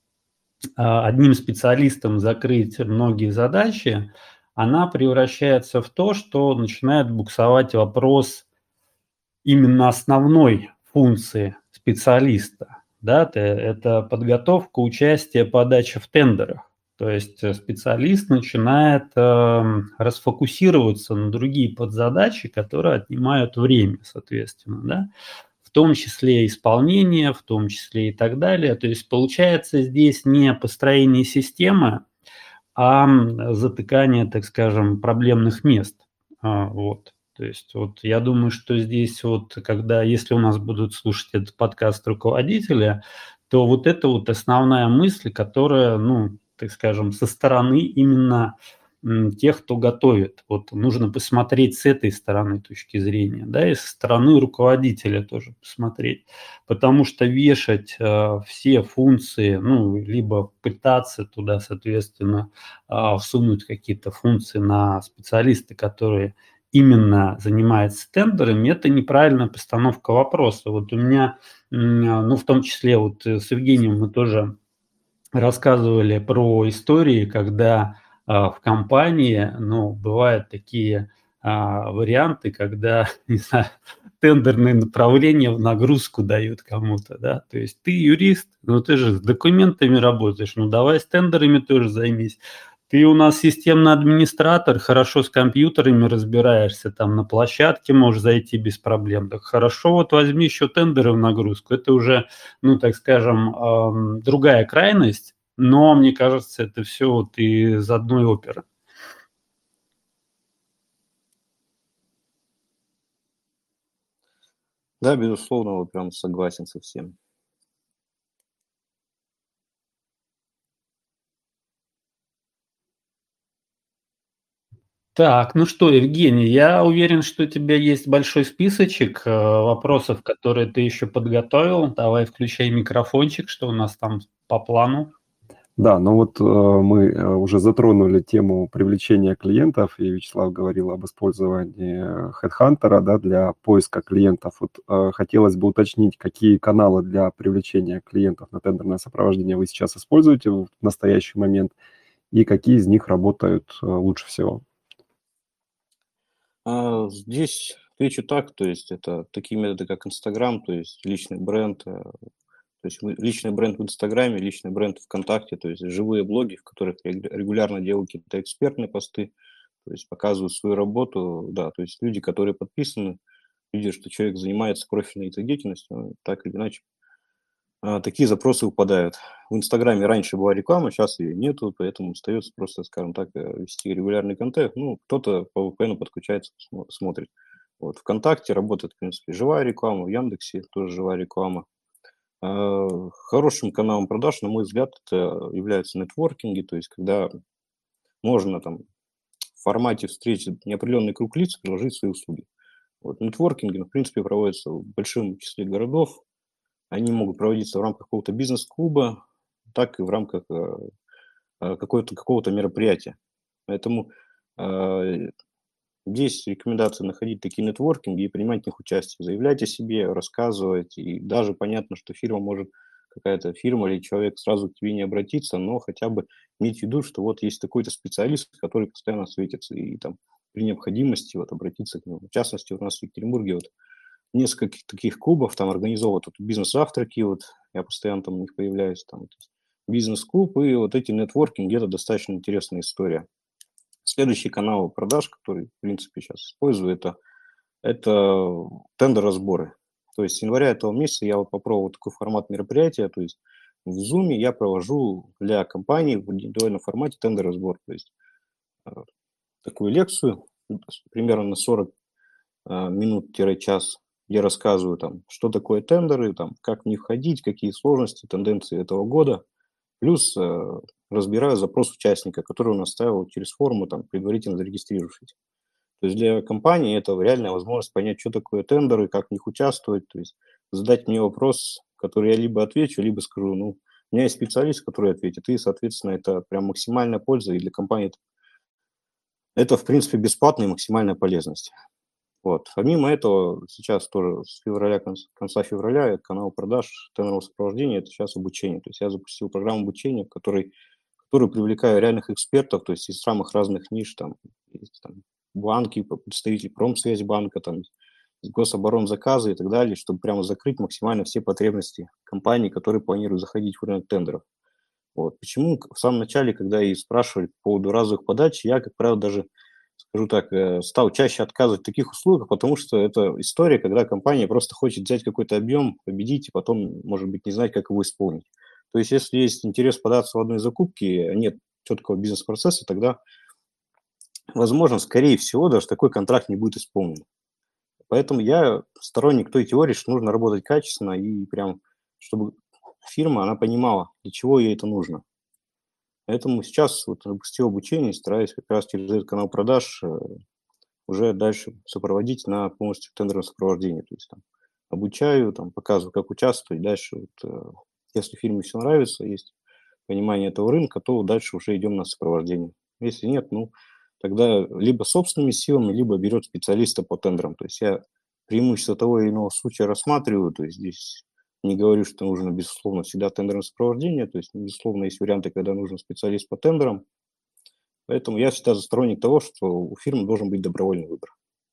одним специалистом закрыть многие задачи, она превращается в то, что начинает буксовать вопрос именно основной функции специалиста. Да, это подготовка, участие, подача в тендерах. То есть специалист начинает э, расфокусироваться на другие подзадачи, которые отнимают время, соответственно, да, в том числе исполнение, в том числе и так далее. То есть получается здесь не построение системы, а затыкание, так скажем, проблемных мест. А, вот. То есть вот я думаю, что здесь вот, когда, если у нас будут слушать этот подкаст руководители, то вот это вот основная мысль, которая, ну, так скажем, со стороны именно тех, кто готовит. Вот нужно посмотреть с этой стороны точки зрения, да, и со стороны руководителя тоже посмотреть. Потому что вешать э, все функции, ну, либо пытаться туда, соответственно, э, всунуть какие-то функции на специалиста, которые именно занимаются тендерами, это неправильная постановка вопроса. Вот у меня, ну, в том числе вот с Евгением мы тоже рассказывали про истории, когда в компании, ну, бывают такие а, варианты, когда, не знаю, тендерные направления в нагрузку дают кому-то, да, то есть ты юрист, ну, ты же с документами работаешь, ну, давай с тендерами тоже займись. Ты у нас системный администратор, хорошо с компьютерами разбираешься, там на площадке можешь зайти без проблем. Так хорошо, вот возьми еще тендеры в нагрузку. Это уже, ну, так скажем, эм, другая крайность, но мне кажется, это все вот из одной оперы. Да, безусловно, вот прям согласен со всем. Так, ну что, Евгений, я уверен, что у тебя есть большой списочек э, вопросов, которые ты еще подготовил. Давай включай микрофончик, что у нас там по плану. Да, ну вот э, мы э, уже затронули тему привлечения клиентов, и Вячеслав говорил об использовании HeadHunter, да, для поиска клиентов. Вот э, хотелось бы уточнить, какие каналы для привлечения клиентов на тендерное сопровождение вы сейчас используете в настоящий момент, и какие из них работают э, лучше всего. А, здесь отвечу так, то есть это такие методы, как Инстаграм, то есть личный бренд, э, то есть вы- личный бренд в Инстаграме, личный бренд ВКонтакте, то есть живые блоги, в которых я регу- регулярно делаю какие-то экспертные посты, то есть показываю свою работу, да, то есть люди, которые подписаны, видят, что человек занимается профильной этой деятельностью, ну, так или иначе, а, такие запросы упадают. В Инстаграме раньше была реклама, сейчас ее нету, поэтому остается просто, скажем так, э, вести регулярный контент. Ну, кто-то по ви пи эн подключается, смо- смотрит. Вот. ВКонтакте работает, в принципе, живая реклама, в Яндексе тоже живая реклама. Э, Хорошим каналом продаж, на мой взгляд, это являются нетворкинги, то есть когда можно там в формате встречи неопределенный круг лиц предложить свои услуги. Вот нетворкинги, ну, в принципе, проводятся в большом числе городов. Они могут проводиться в рамках какого-то бизнес-клуба, так и в рамках э, э, какого-то, какого-то мероприятия. Поэтому э, здесь рекомендация находить такие нетворкинги и принимать в них участие, заявлять о себе, рассказывать. И даже понятно, что фирма может, какая-то фирма или человек сразу к тебе не обратиться, но хотя бы иметь в виду, что вот есть такой-то специалист, который постоянно светится, и там при необходимости вот обратиться к нему. В частности, у нас в Екатеринбурге вот несколько таких клубов там организовывают вот бизнес-завтраки, вот я постоянно там у них появляюсь, там вот бизнес-клуб, и вот эти нетворкинги, это достаточно интересная история. Следующий канал продаж, который, в принципе, сейчас использую, это, это тендер-разборы. То есть с января этого месяца я вот попробовал такой формат мероприятия, то есть в Zoom я провожу для компании в индивидуальном формате тендер-разбор. То есть э, такую лекцию, ну, примерно на сорок э, минут-час, где рассказываю, там, что такое тендеры, там, как в них входить, какие сложности, тенденции этого года. Плюс э, разбираю запрос участника, который он оставил через форму, там, предварительно зарегистрировавшись. То есть для компании это реальная возможность понять, что такое тендеры, как в них участвовать, то есть задать мне вопрос, который я либо отвечу, либо скажу, ну, у меня есть специалист, который ответит, и, соответственно, это прям максимальная польза, и для компании это, это, в принципе, бесплатная и максимальная полезность. Вот. Помимо этого, сейчас тоже с февраля, конца февраля, канал продаж тендерного сопровождения – это сейчас обучение. То есть я запустил программу обучения, в которой, в которую привлекаю реальных экспертов, то есть из самых разных ниш, там, есть, там банки, представители Промсвязьбанка, там, из Гособоронзаказа и так далее, чтобы прямо закрыть максимально все потребности компаний, которые планируют заходить в рынок тендеров. Вот. Почему в самом начале, когда и спрашивали по поводу разовых подач, я, как правило, даже, скажу так, э, стал чаще отказывать в таких услугах, потому что это история, когда компания просто хочет взять какой-то объем, победить, и потом, может быть, не знать, как его исполнить. То есть, если есть интерес податься в одной закупке, а нет четкого бизнес-процесса, тогда, возможно, скорее всего, даже такой контракт не будет исполнен. Поэтому я сторонник той теории, что нужно работать качественно и прям, чтобы фирма, она понимала, для чего ей это нужно. Поэтому сейчас вот запустил обучение, стараюсь как раз через этот канал продаж э, уже дальше сопроводить на полностью тендерном сопровождении. То есть там обучаю, там, показываю, как участвовать. Дальше, вот, э, если фирме все нравится, есть понимание этого рынка, то дальше уже идем на сопровождение. Если нет, ну, тогда либо собственными силами, либо берет специалиста по тендерам. То есть я преимущество того или иного случая рассматриваю, то есть здесь не говорю, что нужно, безусловно, всегда тендерное сопровождение, то есть, безусловно, есть варианты, когда нужен специалист по тендерам. Поэтому я всегда сторонник того, что у фирмы должен быть добровольный выбор.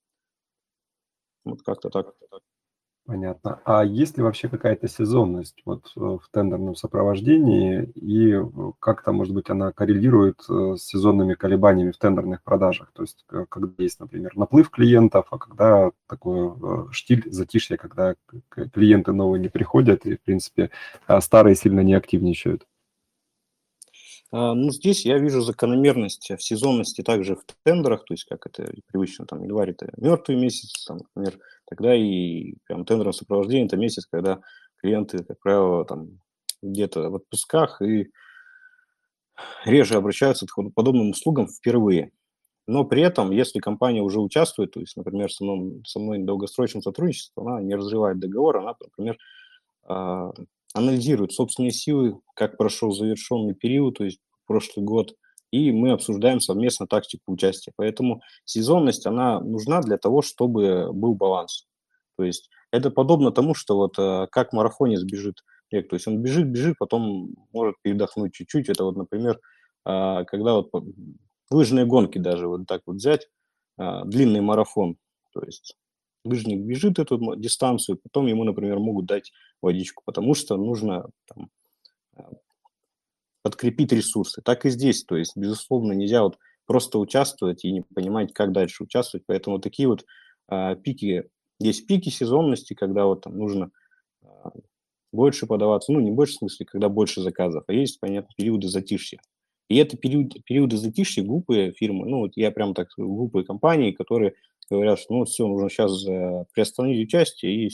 Вот как-то так. Понятно. А есть ли вообще какая-то сезонность вот э, в тендерном сопровождении и э, как-то, может быть, она коррелирует э, с сезонными колебаниями в тендерных продажах? То есть, э, когда есть, например, наплыв клиентов, а когда такой э, штиль, затишье, когда к- к- клиенты новые не приходят и, в принципе, а старые сильно не активничают. А, Ну, здесь я вижу закономерность в сезонности также в тендерах, то есть как это привычно, там, январь – это мертвый месяц, там, например, тогда и прям тендерное сопровождение – это месяц, когда клиенты, как правило, там где-то в отпусках и реже обращаются к подобным услугам впервые. Но при этом, если компания уже участвует, то есть, например, со мной, со мной в долгосрочном сотрудничестве, она не разрывает договор, она, например, а, анализирует собственные силы, как прошел завершенный период, то есть прошлый год, и мы обсуждаем совместно тактику участия. Поэтому сезонность, она нужна для того, чтобы был баланс. То есть это подобно тому, что вот а, как марафонец бежит бег, то есть он бежит, бежит, потом может передохнуть чуть-чуть. Это вот, например, а, когда вот по- лыжные гонки даже вот так вот взять, а, длинный марафон, то есть лыжник бежит эту м- дистанцию, потом ему, например, могут дать водичку, потому что нужно там, а, подкрепить ресурсы. Так и здесь, то есть, безусловно, нельзя вот просто участвовать и не понимать, как дальше участвовать. Поэтому такие вот а, пики, есть пики сезонности, когда вот там нужно а, больше подаваться, ну, не больше в смысле, когда больше заказов, а есть, понятно, периоды затишья. И это период, периоды затишья глупые фирмы, ну, вот я прям так, скажу, глупые компании, которые говорят, что ну, все, нужно сейчас приостановить участие, и все,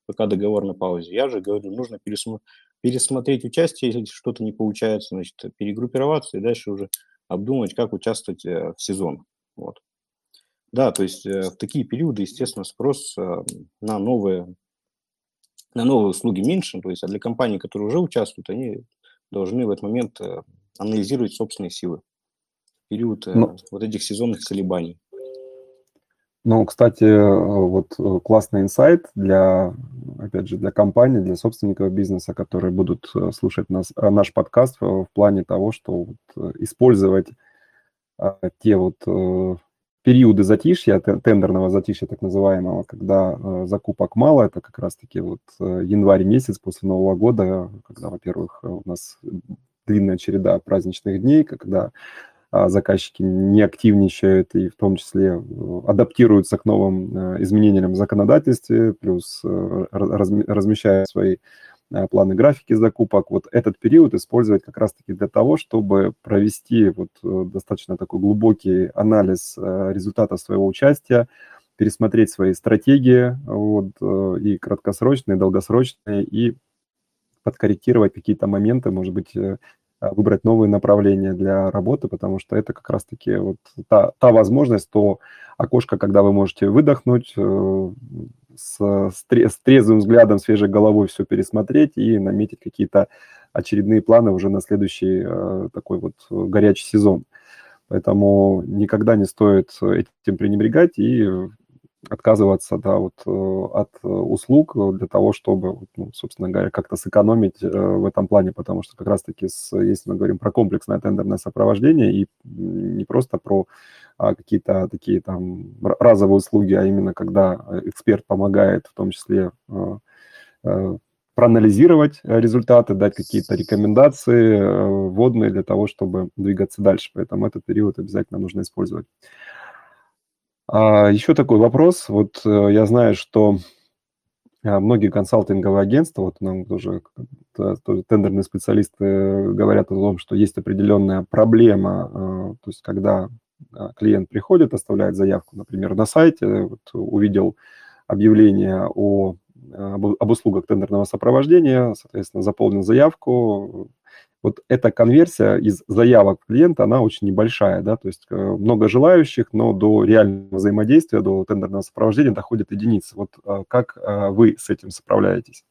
пока договор на паузе. Я же говорю, нужно пересмо- пересмотреть участие, если что-то не получается, значит, перегруппироваться и дальше уже обдумать, как участвовать э, в сезон. Вот. Да, то есть э, в такие периоды, естественно, спрос э, на новые, на новые услуги меньше, то есть, а для компаний, которые уже участвуют, они должны в этот момент э, анализировать собственные силы в период э, Ну, вот этих сезонных колебаний. ну, кстати, э, вот э, классный инсайт для, опять же, для компаний, для собственников бизнеса, которые будут э, слушать нас, э, наш подкаст э, в плане того, что вот, э, использовать а, те вот э, периоды затишья, те- тендерного затишья так называемого, когда э, закупок мало, это как раз-таки вот э, январь месяц после Нового года, когда, во-первых, э, у нас длинная череда праздничных дней, когда а, заказчики не активничают и в том числе э, адаптируются к новым э, изменениям в законодательстве, плюс э, разми- размещают свои э, планы графики закупок. Вот этот период использовать как раз-таки для того, чтобы провести вот э, достаточно такой глубокий анализ э, результатов своего участия, пересмотреть свои стратегии, вот, э, и краткосрочные, и долгосрочные, и подкорректировать какие-то моменты, может быть, э, а, выбрать новые направления для работы, потому что это как раз-таки вот та, та возможность, то окошко, когда вы можете выдохнуть, э, с, с тре- с трезвым взглядом, свежей головой все пересмотреть и наметить какие-то очередные планы уже на следующий э, такой вот э, горячий сезон. Поэтому никогда не стоит этим пренебрегать и отказываться, да, вот э, от э, услуг э, для того, чтобы, вот, ну, собственно говоря, как-то сэкономить э, в этом плане, потому что как раз-таки, с, если мы говорим про комплексное тендерное сопровождение и м, не просто про а, какие-то такие там р- разовые услуги, а именно когда э, эксперт помогает в том числе э, э, проанализировать э, результаты, дать какие-то рекомендации э, вводные для того, чтобы двигаться дальше. Поэтому этот период обязательно нужно использовать. А, еще такой вопрос. Вот э, я знаю, что а, многие консалтинговые агентства, вот нам тоже, т- тоже тендерные специалисты говорят о том, что есть определенная проблема, э, то есть когда а, клиент приходит, оставляет заявку, например, на сайте, вот, увидел объявление о, об, об услугах тендерного сопровождения, соответственно, заполнил заявку. Вот эта конверсия из заявок клиента, она очень небольшая, да, то есть э, много желающих, но до реального взаимодействия, до тендерного сопровождения доходят единицы. Вот э, как э, вы с этим справляетесь?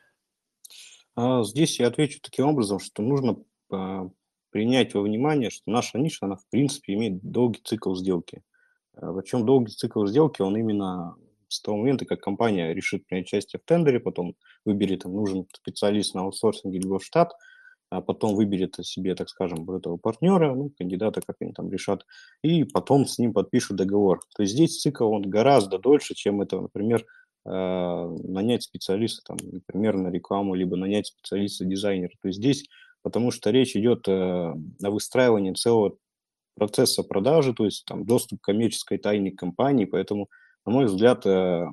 А здесь я отвечу таким образом, что нужно а, принять во внимание, что наша ниша, она в принципе имеет долгий цикл сделки. А, Причем долгий цикл сделки, он именно с того момента, как компания решит принять участие в тендере, потом выберет, там, нужен специалист на аутсорсинге либо в штат, а потом выберет себе, так скажем, вот этого партнера, ну, кандидата, как они там решат, и потом с ним подпишут договор. То есть здесь цикл, он гораздо дольше, чем это, например, э, нанять специалиста, там, например, на рекламу, либо нанять специалиста-дизайнера. То есть здесь, потому что речь идет э, о выстраивании целого процесса продажи, то есть там доступ к коммерческой тайне компании, поэтому, на мой взгляд, э,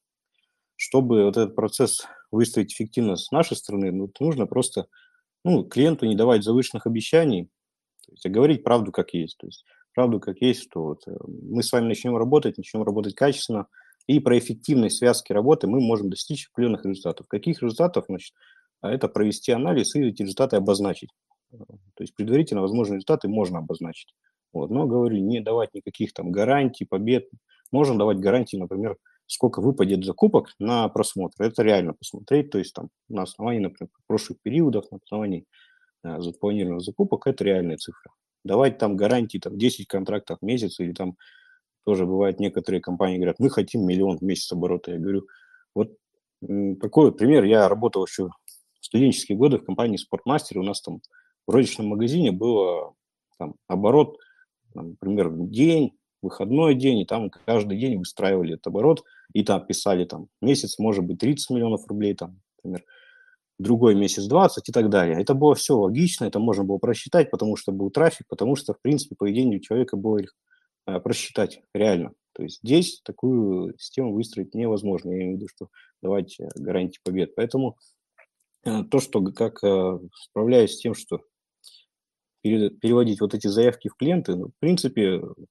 чтобы вот этот процесс выстроить эффективно с нашей стороны, ну, это нужно просто, ну, клиенту не давать завышенных обещаний, то есть, а говорить правду как есть. То есть правду как есть, что вот, э, мы с вами начнем работать, начнем работать качественно, и про эффективность связки работы мы можем достичь определенных результатов. Каких результатов? Значит, а это провести анализ и эти результаты обозначить. Э, То есть предварительно возможные результаты можно обозначить. Вот. Но, говорю, не давать никаких там гарантий, побед. Можно давать гарантии, например, сколько выпадет закупок на просмотр. Это реально посмотреть, то есть там на основании, например, прошлых периодов, на основании э, запланированных закупок, это реальная цифра. Давать там гарантии там десять контрактов в месяц или там тоже бывает некоторые компании говорят, мы хотим миллион в месяц оборота. Я говорю, вот м, такой вот пример. Я работал еще в студенческие годы в компании «Спортмастер». У нас там в розничном магазине было там, оборот, там, например, в день, выходной день, и там каждый день выстраивали этот оборот, и там писали, там, месяц может быть тридцать миллионов рублей, там, например, другой месяц двадцать и так далее. Это было все логично, это можно было просчитать, потому что был трафик, потому что, в принципе, поведение человека было э, просчитать реально. То есть здесь такую систему выстроить невозможно. Я имею в виду, что давать э, гарантии побед. Поэтому э, то, что г- как э, справляюсь с тем, что пере- переводить вот эти заявки в клиенты, ну, в принципе,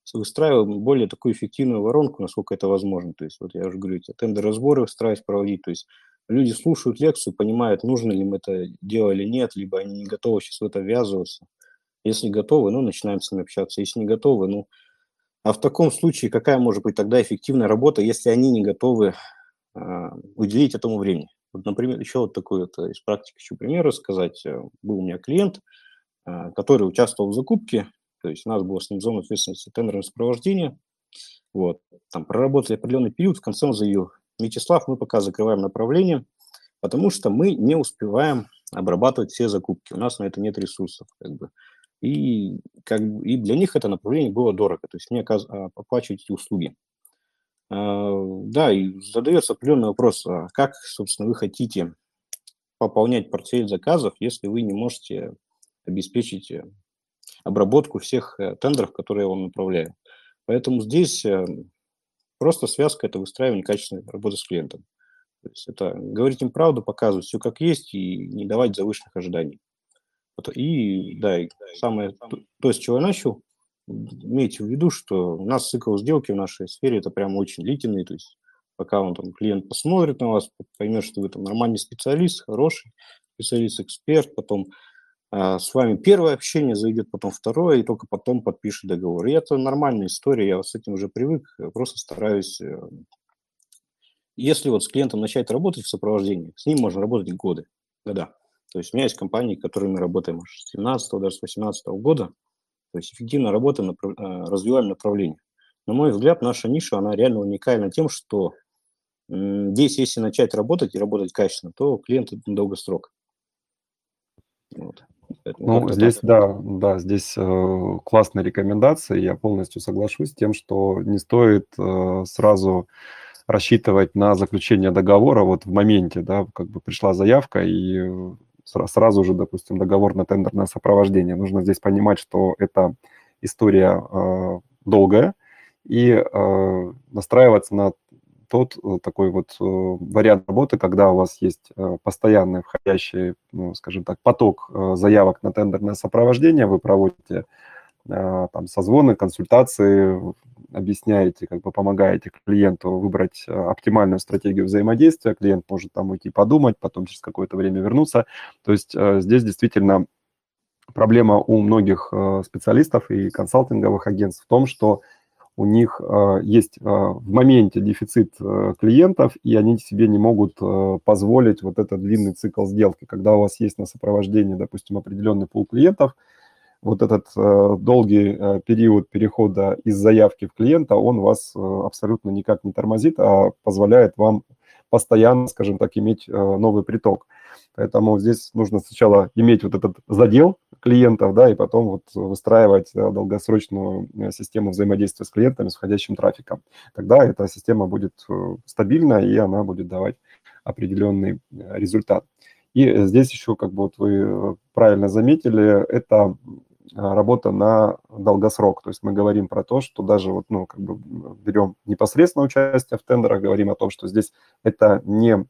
выстраиваем более такую эффективную воронку, насколько это возможно. То есть вот я уже говорю, эти тендер-разборы стараюсь проводить, то есть люди слушают лекцию, понимают, нужно ли им это дело или нет, либо они не готовы сейчас в это ввязываться. Если готовы, ну, начинаем с ними общаться. Если не готовы, ну, а в таком случае какая может быть тогда эффективная работа, если они не готовы а, уделить этому времени? Вот, например, еще вот такой вот из практики еще пример рассказать. Был у меня клиент, а, который участвовал в закупке, то есть у нас была с ним зона ответственности тендерного сопровождения. Вот, там проработали определенный период, в конце он заявил: Вячеслав, мы пока закрываем направление, потому что мы не успеваем обрабатывать все закупки, у нас на это нет ресурсов, как бы. И, как бы, и для них это направление было дорого, то есть мне оказ... оплачивать эти услуги. А, да, и задается определенный вопрос, а как, собственно, вы хотите пополнять портфель заказов, если вы не можете обеспечить обработку всех тендеров, которые я вам направляю. Поэтому здесь просто связка – это выстраивание качественной работы с клиентом. То есть это говорить им правду, показывать все как есть и не давать завышенных ожиданий. И да, и самое, то, то, с чего я начал, имейте в виду, что у нас цикл сделки в нашей сфере это прям очень длительный. То есть пока он там, клиент посмотрит на вас, поймет, что вы там нормальный специалист, хороший специалист, эксперт, потом с вами первое общение зайдет, потом второе, и только потом подпишет договор. И это нормальная история, я с этим уже привык, просто стараюсь. Если вот с клиентом начать работать в сопровождении, с ним можно работать годы, года. То есть у меня есть компании, с которыми мы работаем аж с семнадцатого, даже с восемнадцатого года. То есть эффективно работаем, направ... развиваем направление. На мой взгляд, наша ниша, она реально уникальна тем, что здесь, если начать работать и работать качественно, то клиент это долгосрок. Вот. Ну, здесь, да, да, здесь э, классная рекомендация, я полностью соглашусь с тем, что не стоит э, сразу рассчитывать на заключение договора вот в моменте, да, как бы пришла заявка и сразу же, допустим, договор на тендерное сопровождение. Нужно здесь понимать, что это история э, долгая, и э, настраиваться на тот такой вот вариант работы, когда у вас есть постоянный входящий, ну, скажем так, поток заявок на тендерное сопровождение, вы проводите там созвоны, консультации, объясняете, как бы помогаете клиенту выбрать оптимальную стратегию взаимодействия, клиент может там уйти подумать, потом через какое-то время вернуться. То есть здесь действительно проблема у многих специалистов и консалтинговых агентств в том, что у них э, есть э, в моменте дефицит э, клиентов, и они себе не могут э, позволить вот этот длинный цикл сделки. Когда у вас есть на сопровождении, допустим, определенный пул клиентов, вот этот э, долгий э, период перехода из заявки в клиента, он вас э, абсолютно никак не тормозит, а позволяет вам постоянно, скажем так, иметь э, новый приток. Поэтому здесь нужно сначала иметь вот этот задел клиентов, да, и потом вот выстраивать долгосрочную систему взаимодействия с клиентами, с входящим трафиком. Тогда эта система будет стабильна, и она будет давать определенный результат. И здесь еще, как бы вот вы правильно заметили, это работа на долгосрок. То есть мы говорим про то, что даже вот, ну, как бы берем непосредственно участие в тендерах, говорим о том, что здесь это не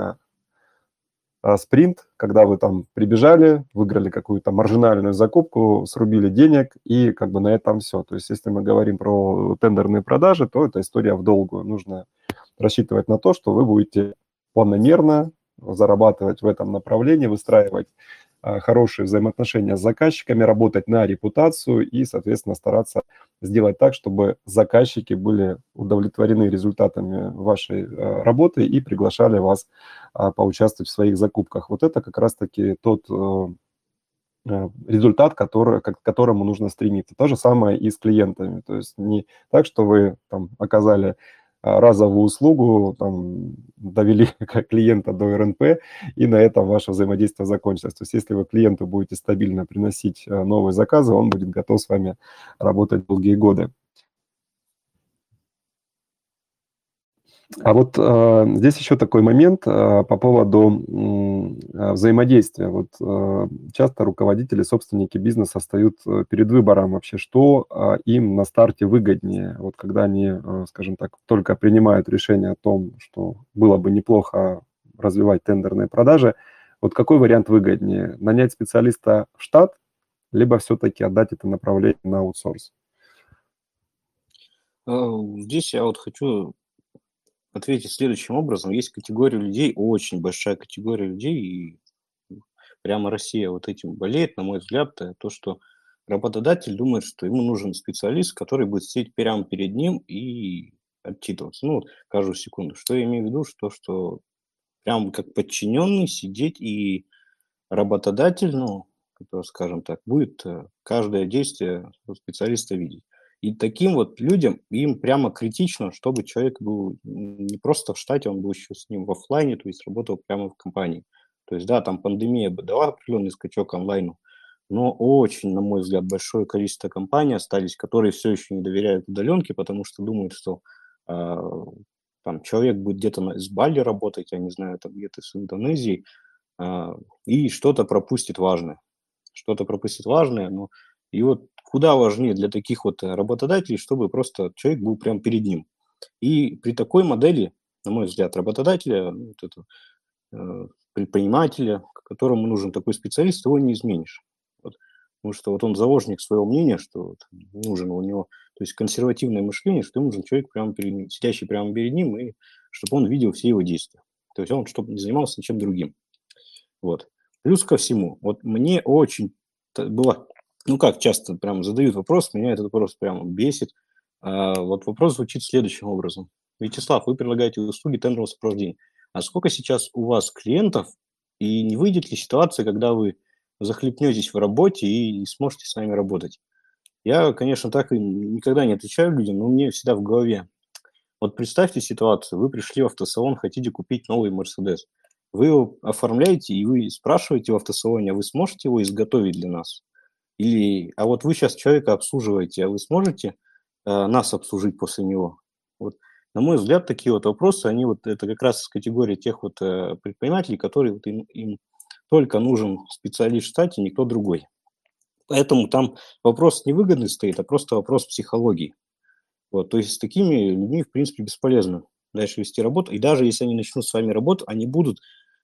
спринт, когда вы там прибежали, выиграли какую-то маржинальную закупку, срубили денег, и как бы на этом все. То есть если мы говорим про тендерные продажи, то это история в долгую. Нужно рассчитывать на то, что вы будете планомерно зарабатывать в этом направлении, выстраивать хорошие взаимоотношения с заказчиками, работать на репутацию и, соответственно, стараться сделать так, чтобы заказчики были удовлетворены результатами вашей работы и приглашали вас поучаствовать в своих закупках. Вот это как раз-таки тот результат, который, к которому нужно стремиться. То же самое и с клиентами. То есть не так, что вы там оказали разовую услугу, там, довели клиента до эр эн пэ, и на этом ваше взаимодействие закончилось. То есть если вы клиенту будете стабильно приносить новые заказы, он будет готов с вами работать долгие годы. А вот э, здесь еще такой момент э, по поводу э, взаимодействия. Вот э, часто руководители, собственники бизнеса встают перед выбором вообще, что э, им на старте выгоднее. Вот когда они, э, скажем так, только принимают решение о том, что было бы неплохо развивать тендерные продажи, вот какой вариант выгоднее? Нанять специалиста в штат, либо все-таки отдать это направление на аутсорс? А, Здесь я вот хочу ответить следующим образом. Есть категория людей, очень большая категория людей, и прямо Россия вот этим болеет, на мой взгляд, э, то, что работодатель думает, что ему нужен специалист, который будет сидеть прямо перед ним и отчитываться. Ну, вот каждую секунду. Что я имею в виду, что, что прям как подчиненный сидеть и работодатель, ну, который, скажем так, будет э, каждое действие специалиста видеть. И таким вот людям им прямо критично, чтобы человек был не просто в штате, он был еще с ним в оффлайне, то есть работал прямо в компании. То есть, да, там пандемия бы дала определенный скачок онлайну, но очень, на мой взгляд, большое количество компаний остались, которые все еще не доверяют удаленке, потому что думают, что э, там человек будет где-то на- с Бали работать, я не знаю, там где-то с Индонезией, а, и что-то пропустит важное. Что-то пропустит важное, но и вот куда важнее для таких вот э, работодателей, чтобы просто человек был прямо перед ним. И при такой модели, на мой взгляд, работодателя, ну, вот это, э, предпринимателя, которому нужен такой специалист, его не изменишь. Вот. Потому что вот он заложник своего мнения, что вот нужен у него, то есть консервативное мышление, что ему нужен человек прямо перед ним, сидящий прямо перед ним, и чтобы он видел все его действия. То есть он чтобы не занимался ничем другим. Вот. Плюс ко всему, вот мне очень т- было, ну как часто прям задают вопрос, меня этот вопрос прямо бесит. А, вот вопрос звучит следующим образом. Вячеслав, вы предлагаете услуги тендерного сопровождения. А сколько сейчас у вас клиентов, и не выйдет ли ситуация, когда вы захлебнетесь в работе и не сможете с нами работать? Я, конечно, так и никогда не отвечаю людям, но мне всегда в голове вот представьте ситуацию, вы пришли в автосалон, хотите купить новый Мерседес. Вы его оформляете, и вы спрашиваете в автосалоне, а вы сможете его изготовить для нас? Или, а вот вы сейчас человека обслуживаете, а вы сможете э, нас обслужить после него? Вот, на мой взгляд, такие вот вопросы, они вот, это как раз из категории тех вот э, предпринимателей, которые вот им, им только нужен специалист в штате, никто другой. Поэтому там вопрос не выгодный стоит, а просто вопрос психологии. Вот, то есть с такими людьми, в принципе, бесполезно дальше вести работу. И даже если они начнут с вами работу, они будут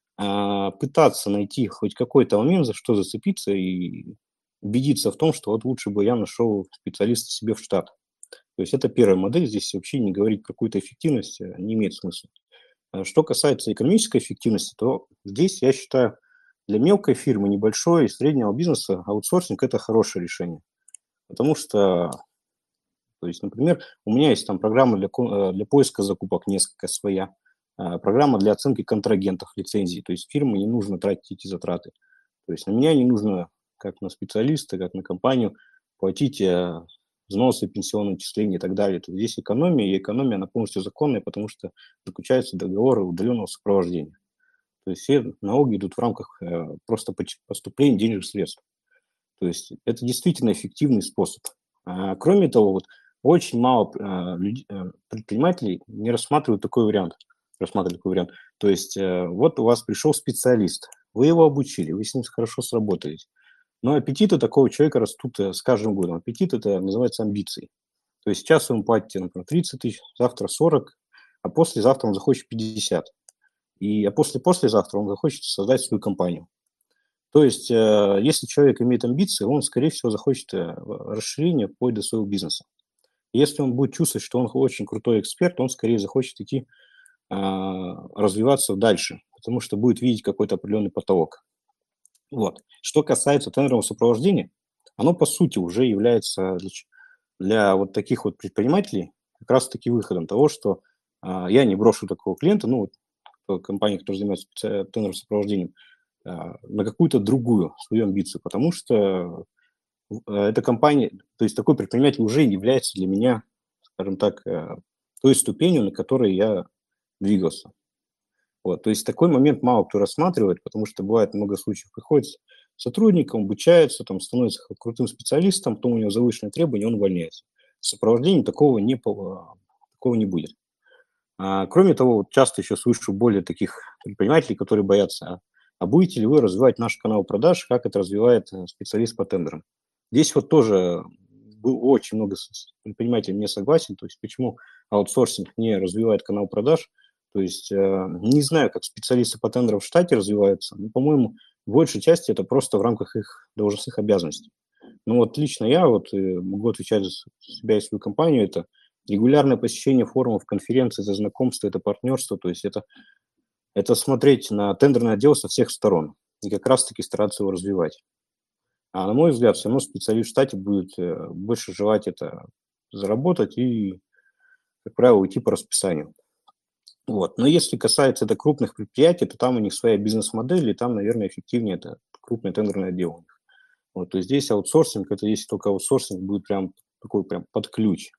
а, пытаться найти хоть какой-то момент, за что зацепиться и убедиться в том, что вот лучше бы я нашел специалиста себе в штат. То есть это первая модель, здесь вообще не говорить про какую-то эффективность э, не имеет смысла. А Что касается экономической эффективности, то здесь, я считаю, для мелкой фирмы, небольшой и среднего бизнеса аутсорсинг – это хорошее решение. Потому что то есть, например, у меня есть там программа для, ко- э, для поиска закупок несколько своя, а, программа для оценки контрагентов лицензий. То есть фирме не нужно тратить эти затраты. То есть на меня не нужно, как на специалиста, как на компанию, платить э, взносы, пенсионные отчисления и так далее. То есть здесь экономия, и экономия, она полностью законная, потому что заключаются договоры удаленного сопровождения. То есть все налоги идут в рамках э, просто поч- поступления денежных средств. То есть это действительно эффективный способ. А, Кроме того, вот очень мало а, люд- а, предпринимателей не рассматривают такой вариант. Рассматривают такой вариант. То есть э, вот у вас пришел специалист, вы его обучили, вы с ним хорошо сработались. Но аппетиты такого человека растут э, с каждым годом. Аппетит – это называется амбицией. То есть сейчас вы ему платите, например, тридцать тысяч, завтра сорок, а послезавтра он захочет пятьдесят. И, а после-послезавтра он захочет создать свою компанию. То есть, э, если человек имеет амбиции, он, скорее всего, захочет э, расширения вплоть до своего бизнеса. Если он будет чувствовать, что он очень крутой эксперт, он скорее захочет идти а, развиваться дальше, потому что будет видеть какой-то определенный потолок. Вот. Что касается тендерного сопровождения, оно по сути уже является для, ч- для вот таких вот предпринимателей как раз-таки выходом того, что а, я не брошу такого клиента, ну, вот, э, компания, которая занимается специ- тендерным сопровождением, а, на какую-то другую свою амбицию, потому что э, эта компания, то есть такой предприниматель уже является для меня, скажем так, э, той ступенью, на которой я двигался. Вот, то есть такой момент мало кто рассматривает, потому что бывает много случаев, приходит сотрудником, обучается, там, становится крутым специалистом, потом у него завышенные требования, он увольняется. С сопровождением такого не, по- такого не будет. А, кроме того, вот часто еще слышу более таких предпринимателей, которые боятся, а, а будете ли вы развивать наш канал продаж, как это развивает э, специалист по тендерам. Здесь вот тоже был очень много с- с предпринимателей не согласен, то есть почему аутсорсинг не развивает канал продаж. То есть э, не знаю, как специалисты по тендерам в штате развиваются, но, по-моему, в большей части это просто в рамках их должностных обязанностей. Ну вот лично я вот э, могу отвечать за с- себя и свою компанию, это Регулярное посещение форумов, конференций, это знакомство, это партнерство, то есть это, это смотреть на тендерный отдел со всех сторон и как раз-таки стараться его развивать. А на мой взгляд, все равно специалист в штате будет э, больше желать это заработать и, как правило, уйти по расписанию. Вот. Но если касается это крупных предприятий, то там у них своя бизнес-модель, и там, наверное, эффективнее это крупный тендерный отдел у них. Вот. То есть здесь аутсорсинг, это если только аутсорсинг будет прям такой прям под ключ.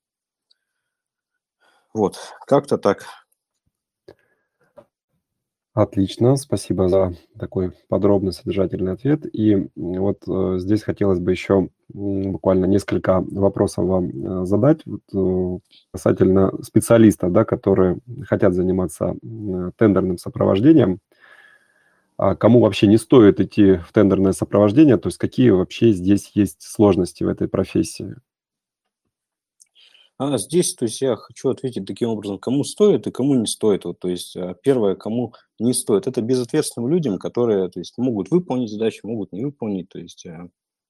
Вот, как-то так. Отлично, спасибо за такой подробный, содержательный ответ. И вот э, здесь хотелось бы еще м, буквально несколько вопросов вам э, задать вот, э, касательно специалистов, да, которые хотят заниматься э, тендерным сопровождением. А кому вообще не стоит идти в тендерное сопровождение, то есть какие вообще здесь есть сложности в этой профессии? А здесь, то есть я хочу ответить таким образом, кому стоит и кому не стоит. Вот, то есть а, первое, кому не стоит, это безответственным людям, которые, то есть, могут выполнить задачи, могут не выполнить. То есть а,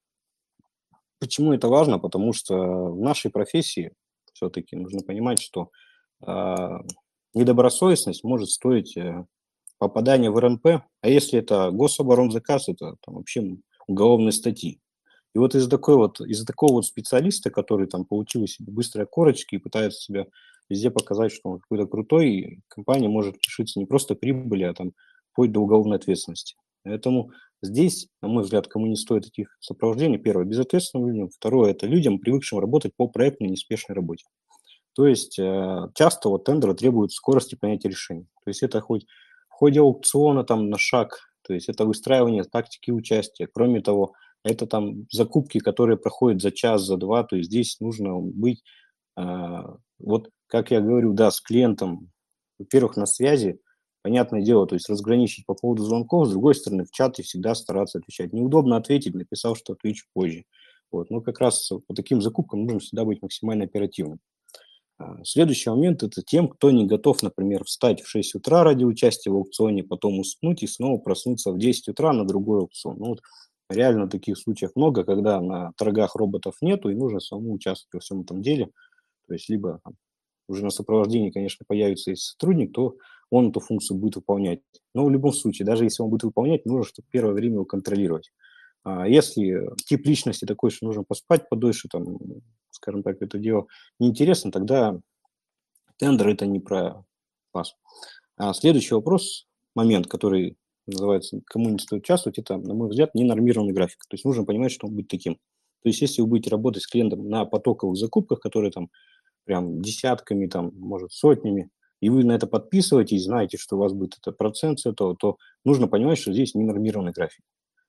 почему это важно? Потому что в нашей профессии все-таки нужно понимать, что а, недобросовестность может стоить э, попадания в эр эн пэ, а если это гособоронзаказ, это там вообще уголовные статьи. И вот из-за такой вот, из-за такого вот специалиста, который там получил себе быстрые корочки и пытается себя везде показать, что он какой-то крутой, компания может лишиться не просто прибыли, а там вплоть до уголовной ответственности. Поэтому здесь, на мой взгляд, кому не стоит идти в сопровождение, первое, безответственным людям, второе, это людям, привыкшим работать по проектной неспешной работе. То есть э, часто вот тендеры требуют скорости принятия решений. То есть это хоть в ходе аукциона там на шаг, то есть это выстраивание тактики участия. Кроме того, это там закупки, которые проходят за час, за два. То есть здесь нужно быть, э, вот как я говорю, да, с клиентом, во-первых, на связи, понятное дело, то есть разграничить по поводу звонков, с другой стороны, в чате всегда стараться отвечать. Неудобно ответить, написал, что отвечу позже. Вот. Но как раз по таким закупкам нужно всегда быть максимально оперативным. Следующий момент – это тем, кто не готов, например, встать в шесть утра ради участия в аукционе, потом уснуть и снова проснуться в десять утра на другой аукцион. Ну, вот реально таких случаев много, когда на торгах роботов нету, и нужно самому участвовать во всем этом деле. То есть либо там, уже на сопровождении, конечно, появится если сотрудник, то он эту функцию будет выполнять. Но в любом случае, даже если он будет выполнять, нужно, чтобы первое время его контролировать. А если тип личности такой, что нужно поспать подольше, там, скажем так, это дело неинтересно, тогда тендер – это не про вас. А следующий вопрос, момент, который называется «Кому не стоит участвовать», это, на мой взгляд, ненормированный график. То есть нужно понимать, что он будет таким. То есть если вы будете работать с клиентом на потоковых закупках, которые там прям десятками, там, может, сотнями, и вы на это подписываетесь, знаете, что у вас будет это процент с этого, то нужно понимать, что здесь ненормированный график.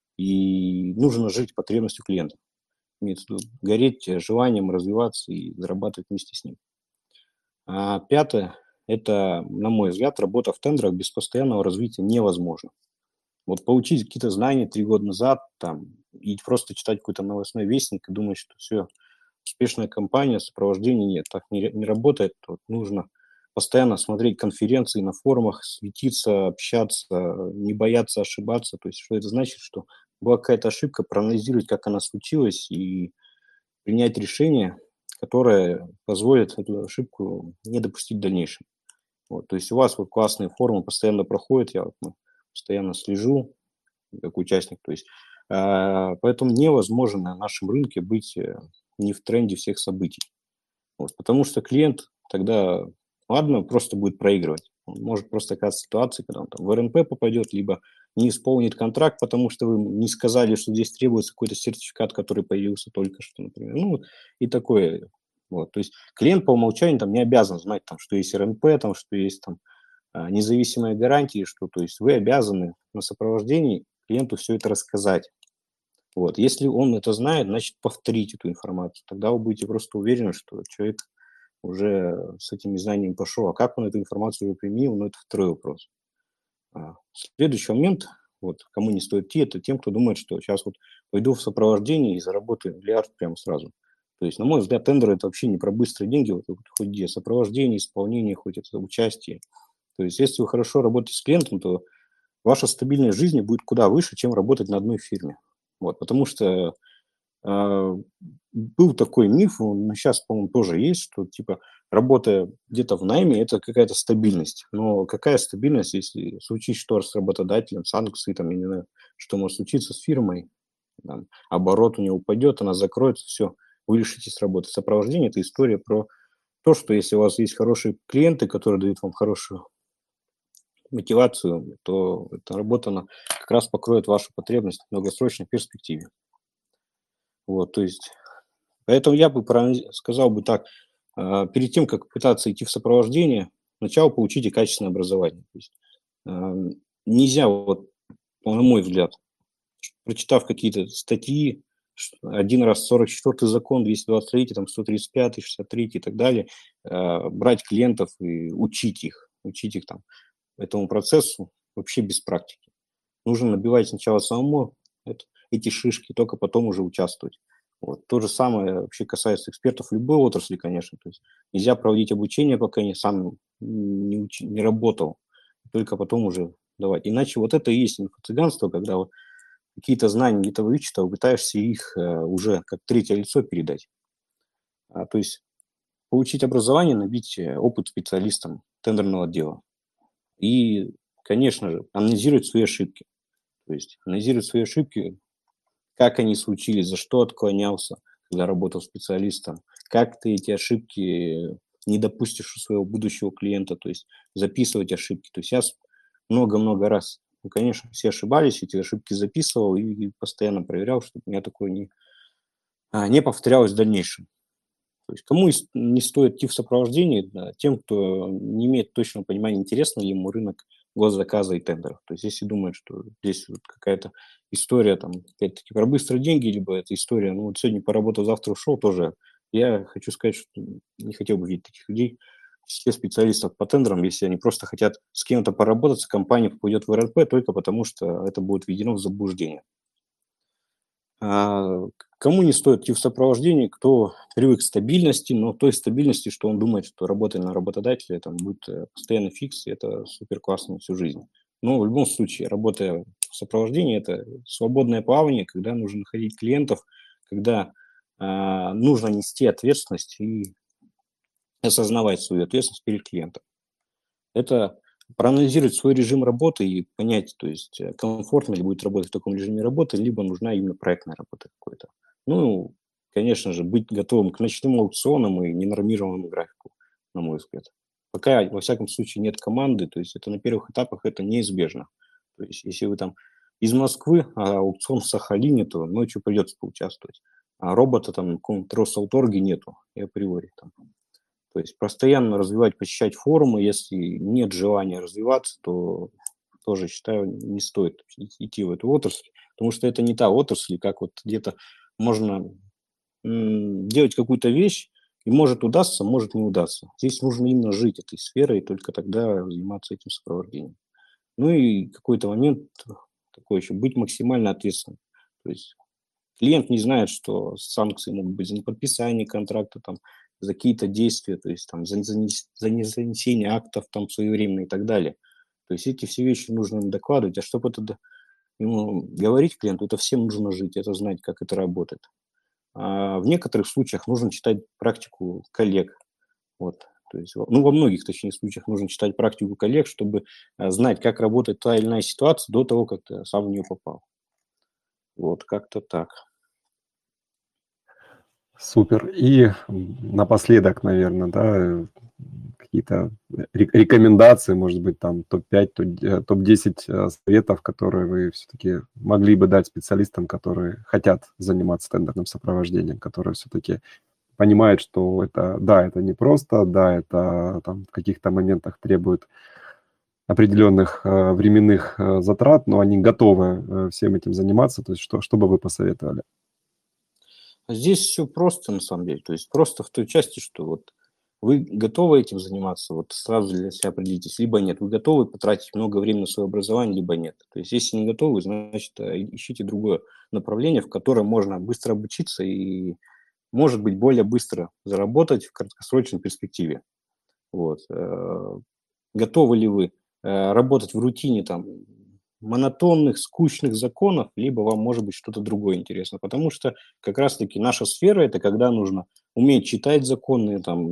И нужно жить потребностью клиента. Имеется в виду гореть желанием развиваться и зарабатывать вместе с ним. А пятое – это, на мой взгляд, работа в тендерах без постоянного развития невозможно. Вот получить какие-то знания три года назад там, и просто читать какой-то новостной вестник и думать, что все, успешная компания, сопровождения нет, так не, не работает. Вот нужно постоянно смотреть конференции на форумах, светиться, общаться, не бояться ошибаться. То есть что это значит, что была какая-то ошибка, проанализировать, как она случилась, и принять решение, которое позволит эту ошибку не допустить в дальнейшем. Вот, то есть у вас вот классные форумы постоянно проходят, я вот, ну, постоянно слежу как участник. То есть, э, поэтому невозможно на нашем рынке быть э, не в тренде всех событий. Вот, потому что клиент тогда, ладно, просто будет проигрывать. Он может просто оказаться в ситуации, когда он там в эр эн пэ попадет, либо не исполнит контракт, потому что вы не сказали, что здесь требуется какой-то сертификат, который появился только что, например. Ну, и такое. Вот. То есть клиент по умолчанию там не обязан знать, там, что есть эр эн пэ, там, что есть там, независимые гарантии, что то есть вы обязаны на сопровождении клиенту все это рассказать. Вот. Если он это знает, значит, повторить эту информацию. Тогда вы будете просто уверены, что человек уже с этими знаниями пошел. А как он эту информацию уже применил, ну, это второй вопрос. А, следующий момент, вот, кому не стоит идти, это тем, кто думает, что сейчас вот пойду в сопровождение и заработаю миллиард прямо сразу. То есть, на мой взгляд, тендеры – это вообще не про быстрые деньги, вот, хоть где сопровождение, исполнение, хоть это участие. То есть, если вы хорошо работаете с клиентом, то ваша стабильность жизни будет куда выше, чем работать на одной фирме. Вот, потому что э, был такой миф, он сейчас, по-моему, тоже есть, что типа работая где-то в найме, это какая-то стабильность. Но какая стабильность, если случится что с работодателем, санкции, там, я не знаю, что может случиться с фирмой, там, оборот у нее упадет, она закроется, все, вы лишитесь работы. Сопровождение – это история про то, что если у вас есть хорошие клиенты, которые дают вам хорошую мотивацию, то эта работа она как раз покроет вашу потребность в долгосрочной перспективе. Вот, то есть, поэтому я бы проанализ- сказал бы так, а, перед тем, как пытаться идти в сопровождение, сначала получите качественное образование. То есть, а, нельзя, вот, на мой взгляд, прочитав какие-то статьи, ш- один раз сорок четвёртый закон, двести двадцать третий, там, сто тридцать пятый, шестьдесят третий и так далее, а, брать клиентов и учить их, учить их там этому процессу вообще без практики. Нужно набивать сначала самому это, эти шишки, только потом уже участвовать. Вот. То же самое вообще касается экспертов любой отрасли, конечно. То есть нельзя проводить обучение, пока я сам не, учи- не работал, только потом уже давать. Иначе вот это и есть инфо-цыганство, когда вот какие-то знания где-то вычитал, пытаешься их э, уже как третье лицо передать. А, то есть получить образование, набить э, опыт специалистам тендерного отдела. И, конечно же, анализировать свои ошибки. То есть анализировать свои ошибки, как они случились, за что отклонялся, когда работал специалистом, как ты эти ошибки не допустишь у своего будущего клиента, то есть записывать ошибки. То есть я с- много-много раз, ну, конечно, все ошибались, эти ошибки записывал и, и постоянно проверял, чтобы у меня такое не, а, не повторялось в дальнейшем. То есть кому из- не стоит идти в сопровождении, да, тем, кто не имеет точного понимания, интересно ли ему рынок госзаказа и тендеров. То есть если думает, что здесь вот какая-то история, там, опять-таки, про быстрые деньги, либо это история, ну, вот сегодня поработал, завтра ушел, тоже я хочу сказать, что не хотел бы видеть таких людей в числе специалистов по тендерам, если они просто хотят с кем-то поработать, компания попадет в эр эр пэ только потому, что это будет введено в заблуждение. А, Кому не стоит идти в сопровождении, кто привык к стабильности, но той стабильности, что он думает, что работая на работодателя, там будет э, постоянный фикс, и это супер классно всю жизнь. Но в любом случае, работая в сопровождении, это свободное плавание, когда нужно находить клиентов, когда а, нужно нести ответственность и осознавать свою ответственность перед клиентом. Это проанализировать свой режим работы и понять, то есть э, комфортно ли будет работать в таком режиме работы, либо нужна именно проектная работа какой-то. Ну, конечно же, быть готовым к ночным аукционам и ненормированному графику, на мой взгляд. Пока, во всяком случае, нет команды, то есть это на первых этапах это неизбежно. То есть если вы там из Москвы, а аукцион в Сахалине, то ночью придется поучаствовать. А робота там в каком-то Росалторге нету, и априори там. То есть постоянно развивать, посещать форумы. Если нет желания развиваться, то тоже считаю, не стоит идти в эту отрасль, потому что это не та отрасль, как вот где-то можно м, делать какую-то вещь, и может удастся, может не удастся. Здесь нужно именно жить этой сферой, и только тогда заниматься этим сопровождением. Ну и какой-то момент такой еще, быть максимально ответственным. То есть клиент не знает, что санкции могут быть за неподписание контракта, там, за какие-то действия, то есть там, за, за, нес- за незанесение актов там, своевременно и так далее. То есть эти все вещи нужно им докладывать, а чтобы это д- ему говорить клиенту, это всем нужно жить, это знать, как это работает. А в некоторых случаях нужно читать практику коллег. Вот. То есть, во- ну, во многих, точнее, случаях нужно читать практику коллег, чтобы а, знать, как работает та или иная ситуация до того, как ты сам в нее попал. Вот, как-то так. Супер. И м, напоследок, наверное, да, э, какие-то ре- рекомендации, может быть, там топ пять, топ десять э, советов, которые вы все-таки могли бы дать специалистам, которые хотят заниматься тендерным сопровождением, которые все-таки понимают, что это, да, это непросто, да, это там в каких-то моментах требует определенных э, временных э, затрат, но они готовы э, всем этим заниматься. То есть что, что бы вы посоветовали? Здесь все просто, на самом деле. То есть просто в той части, что вот вы готовы этим заниматься, вот сразу для себя определитесь, либо нет. Вы готовы потратить много времени на свое образование, либо нет. То есть если не готовы, значит, э, ищите другое направление, в котором можно быстро обучиться и, может быть, более быстро заработать в краткосрочной перспективе. Вот. Э, Готовы ли вы э, работать в рутине там монотонных, скучных законов, либо вам может быть что-то другое интересно. Потому что как раз-таки наша сфера – это когда нужно уметь читать законы, там,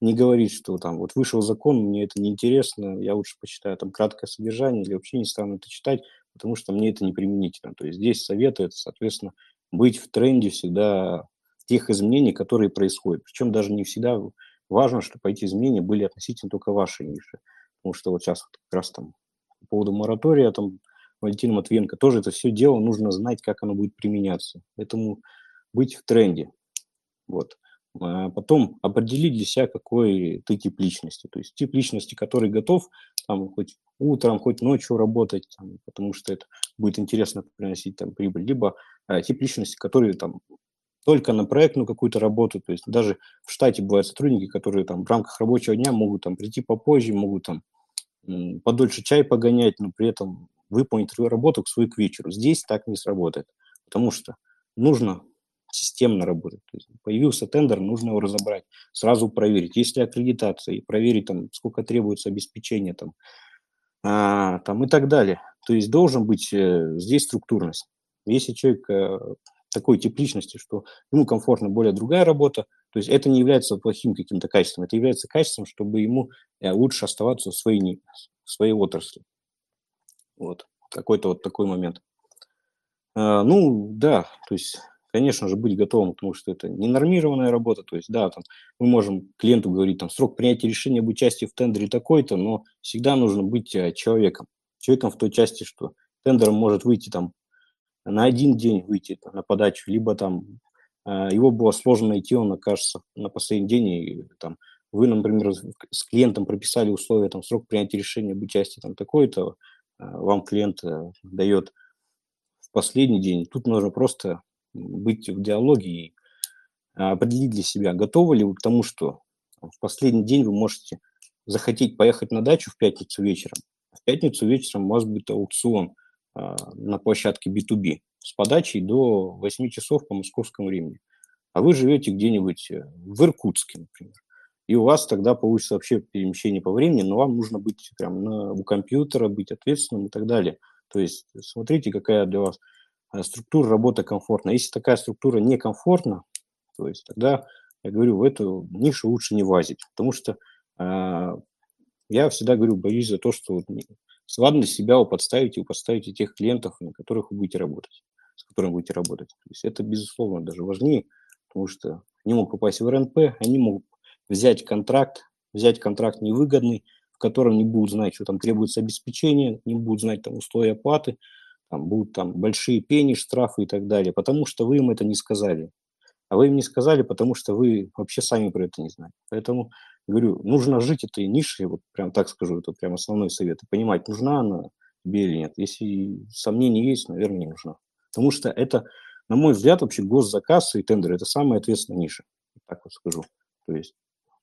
не говорить, что там вот вышел закон, мне это неинтересно, я лучше почитаю там краткое содержание или вообще не стану это читать, потому что мне это не применительно. То есть здесь советы, это, соответственно, быть в тренде всегда тех изменений, которые происходят. Причем даже не всегда важно, чтобы эти изменения были относительно только вашей ниши. Потому что вот сейчас вот как раз там по поводу моратория, там, Валентина Матвиенко, тоже это все дело нужно знать, как оно будет применяться. Поэтому быть в тренде. Вот. А потом определить для себя, какой ты тип личности. То есть тип личности, который готов там, хоть утром, хоть ночью работать, там, потому что это будет интересно приносить там, прибыль. Либо а, тип личности, который там, только на проектную какую-то работу. То есть даже в штате бывают сотрудники, которые там, в рамках рабочего дня могут там, прийти попозже, могут там, м, подольше чай погонять, но при этом выполнить свою работу к свою к вечеру. Здесь так не сработает, потому что нужно системно работать. То есть появился тендер, нужно его разобрать, сразу проверить. Есть ли аккредитация, и проверить, там, сколько требуется обеспечения там, а, там, и так далее. То есть должен быть э, здесь структурность. Если человек э, такой тип личности, что ему комфортна более другая работа, то есть это не является плохим каким-то качеством, это является качеством, чтобы ему э, лучше оставаться в своей, в своей отрасли. Вот. Какой-то вот такой момент. А, ну, да, то есть, конечно же, быть готовым, потому что это ненормированная работа. То есть, да, там, мы можем клиенту говорить, там, срок принятия решения об участии в тендере такой-то, но всегда нужно быть а, человеком. Человеком в той части, что тендер может выйти там на один день, выйти там, на подачу, либо там а, его было сложно найти, он окажется на последний день, и там вы, например, с клиентом прописали условия, там, срок принятия решения об участии там такой-то, а, вам клиент а, дает в последний день. Тут нужно просто быть в диалоге и определить для себя, готовы ли вы к тому, что в последний день вы можете захотеть поехать на дачу в пятницу вечером. В пятницу вечером у вас будет аукцион а, на площадке би ту би с подачей до восьми часов по московскому времени. А вы живете где-нибудь в Иркутске, например. И у вас тогда получится вообще перемещение по времени, но вам нужно быть прям на, у компьютера, быть ответственным и так далее. То есть смотрите, какая для вас структура работы комфортна. Если такая структура некомфортна, то есть тогда, я говорю, в эту нишу лучше не влазить. Потому что э, я всегда говорю, боюсь за то, что ладно себя вы подставите, вы подставите тех клиентов, на которых вы будете работать, с которыми будете работать. То есть это, безусловно, даже важнее, потому что они могут попасть в эр эн пэ, они могут взять контракт, взять контракт невыгодный, в котором не будут знать, что там требуется обеспечение, не будут знать там условия оплаты, там будут там большие пени, штрафы и так далее, потому что вы им это не сказали. А вы им не сказали, потому что вы вообще сами про это не знаете. Поэтому, говорю, нужно жить этой нишей, вот прям так скажу, это прям основной совет, и понимать, нужна она тебе или нет. Если сомнения есть, наверное, не нужна. Потому что это, на мой взгляд, вообще госзаказ и тендеры – это самая ответственная ниша, так вот скажу. То есть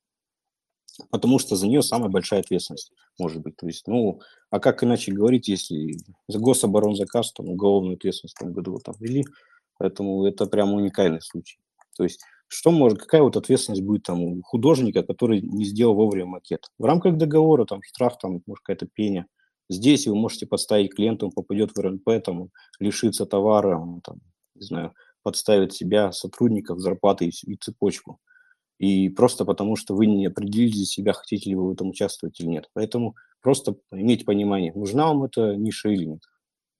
потому что за нее самая большая ответственность может быть. То есть, ну, а как иначе говорить, если за гособоронзаказ там уголовную ответственность в том году там ввели, поэтому это прям уникальный случай. То есть, что может, какая вот ответственность будет там у художника, который не сделал вовремя макет? В рамках договора там штраф, там, может, какая-то пеня. Здесь вы можете подставить клиента, он попадет в эр эн пэ, там, лишится товара, он, там, не знаю, подставит себя, сотрудников, зарплаты и, и цепочку. И просто потому, что вы не определили для себя, хотите ли вы в этом участвовать или нет. Поэтому просто иметь понимание, нужна вам эта ниша или нет.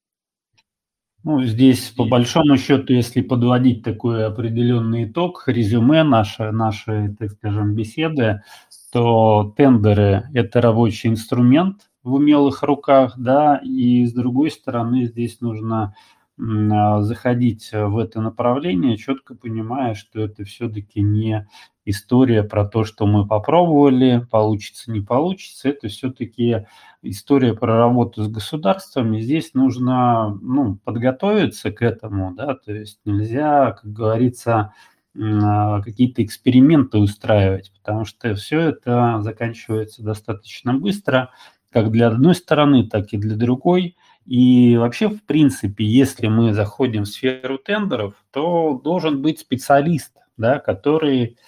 Ну, здесь, по большому счету, если подводить такой определенный итог, резюме нашей, нашей, так скажем, беседы, то тендеры – это рабочий инструмент в умелых руках, да, и с другой стороны здесь нужно заходить в это направление, четко понимая, что это все-таки не история про то, что мы попробовали, получится, не получится. Это все-таки история про работу с государством. И здесь нужно, ну, подготовиться к этому, да, то есть нельзя, как говорится, какие-то эксперименты устраивать, потому что все это заканчивается достаточно быстро, как для одной стороны, так и для другой. И вообще, в принципе, если мы заходим в сферу тендеров, то должен быть специалист, да, который э,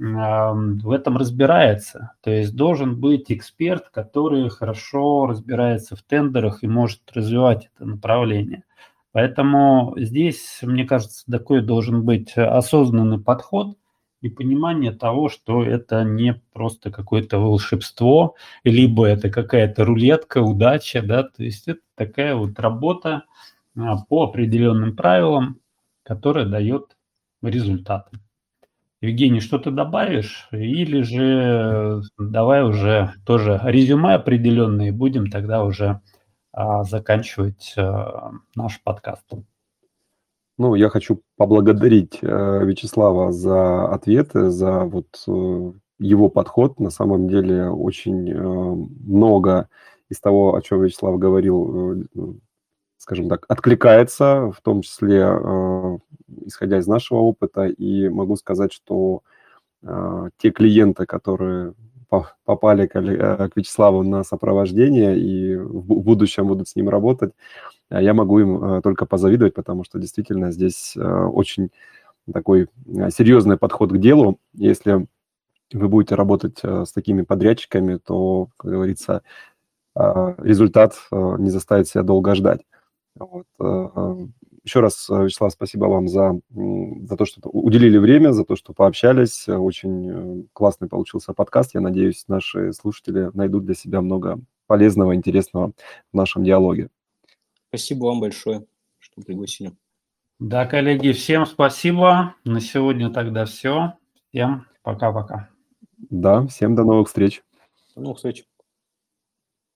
в этом разбирается. То есть должен быть эксперт, который хорошо разбирается в тендерах и может развивать это направление. Поэтому здесь, мне кажется, такой должен быть осознанный подход. и понимание того, что это не просто какое-то волшебство, либо это какая-то рулетка, удача, да, то есть это такая вот работа а, по определенным правилам, которая дает результаты. Евгений, что-то добавишь? Или же давай уже тоже резюме определенные будем тогда уже а, заканчивать а, наш подкаст. Ну, я хочу поблагодарить э, Вячеслава за ответы, за вот э, его подход. На самом деле очень э, много из того, о чем Вячеслав говорил, э, скажем так, откликается, в том числе э, исходя из нашего опыта. И могу сказать, что э, те клиенты, которые по- попали к, Оле- э, к Вячеславу на сопровождение и в бу- в будущем будут с ним работать, э, я могу им э, только позавидовать, потому что действительно здесь э, очень такой э, серьезный подход к делу. Если вы будете работать э, с такими подрядчиками, то, как говорится, э, результат э, не заставит себя долго ждать. Вот. э, Еще раз, э, Вячеслав, спасибо вам за, м, за то, что уделили время, за то, что пообщались. Э, Очень э, классный получился подкаст. Я надеюсь, наши слушатели найдут для себя много полезного, интересного в нашем диалоге. Спасибо вам большое, что пригласили. Да, коллеги, всем спасибо. На сегодня тогда все. Всем пока-пока. Да, всем до новых встреч. До новых встреч.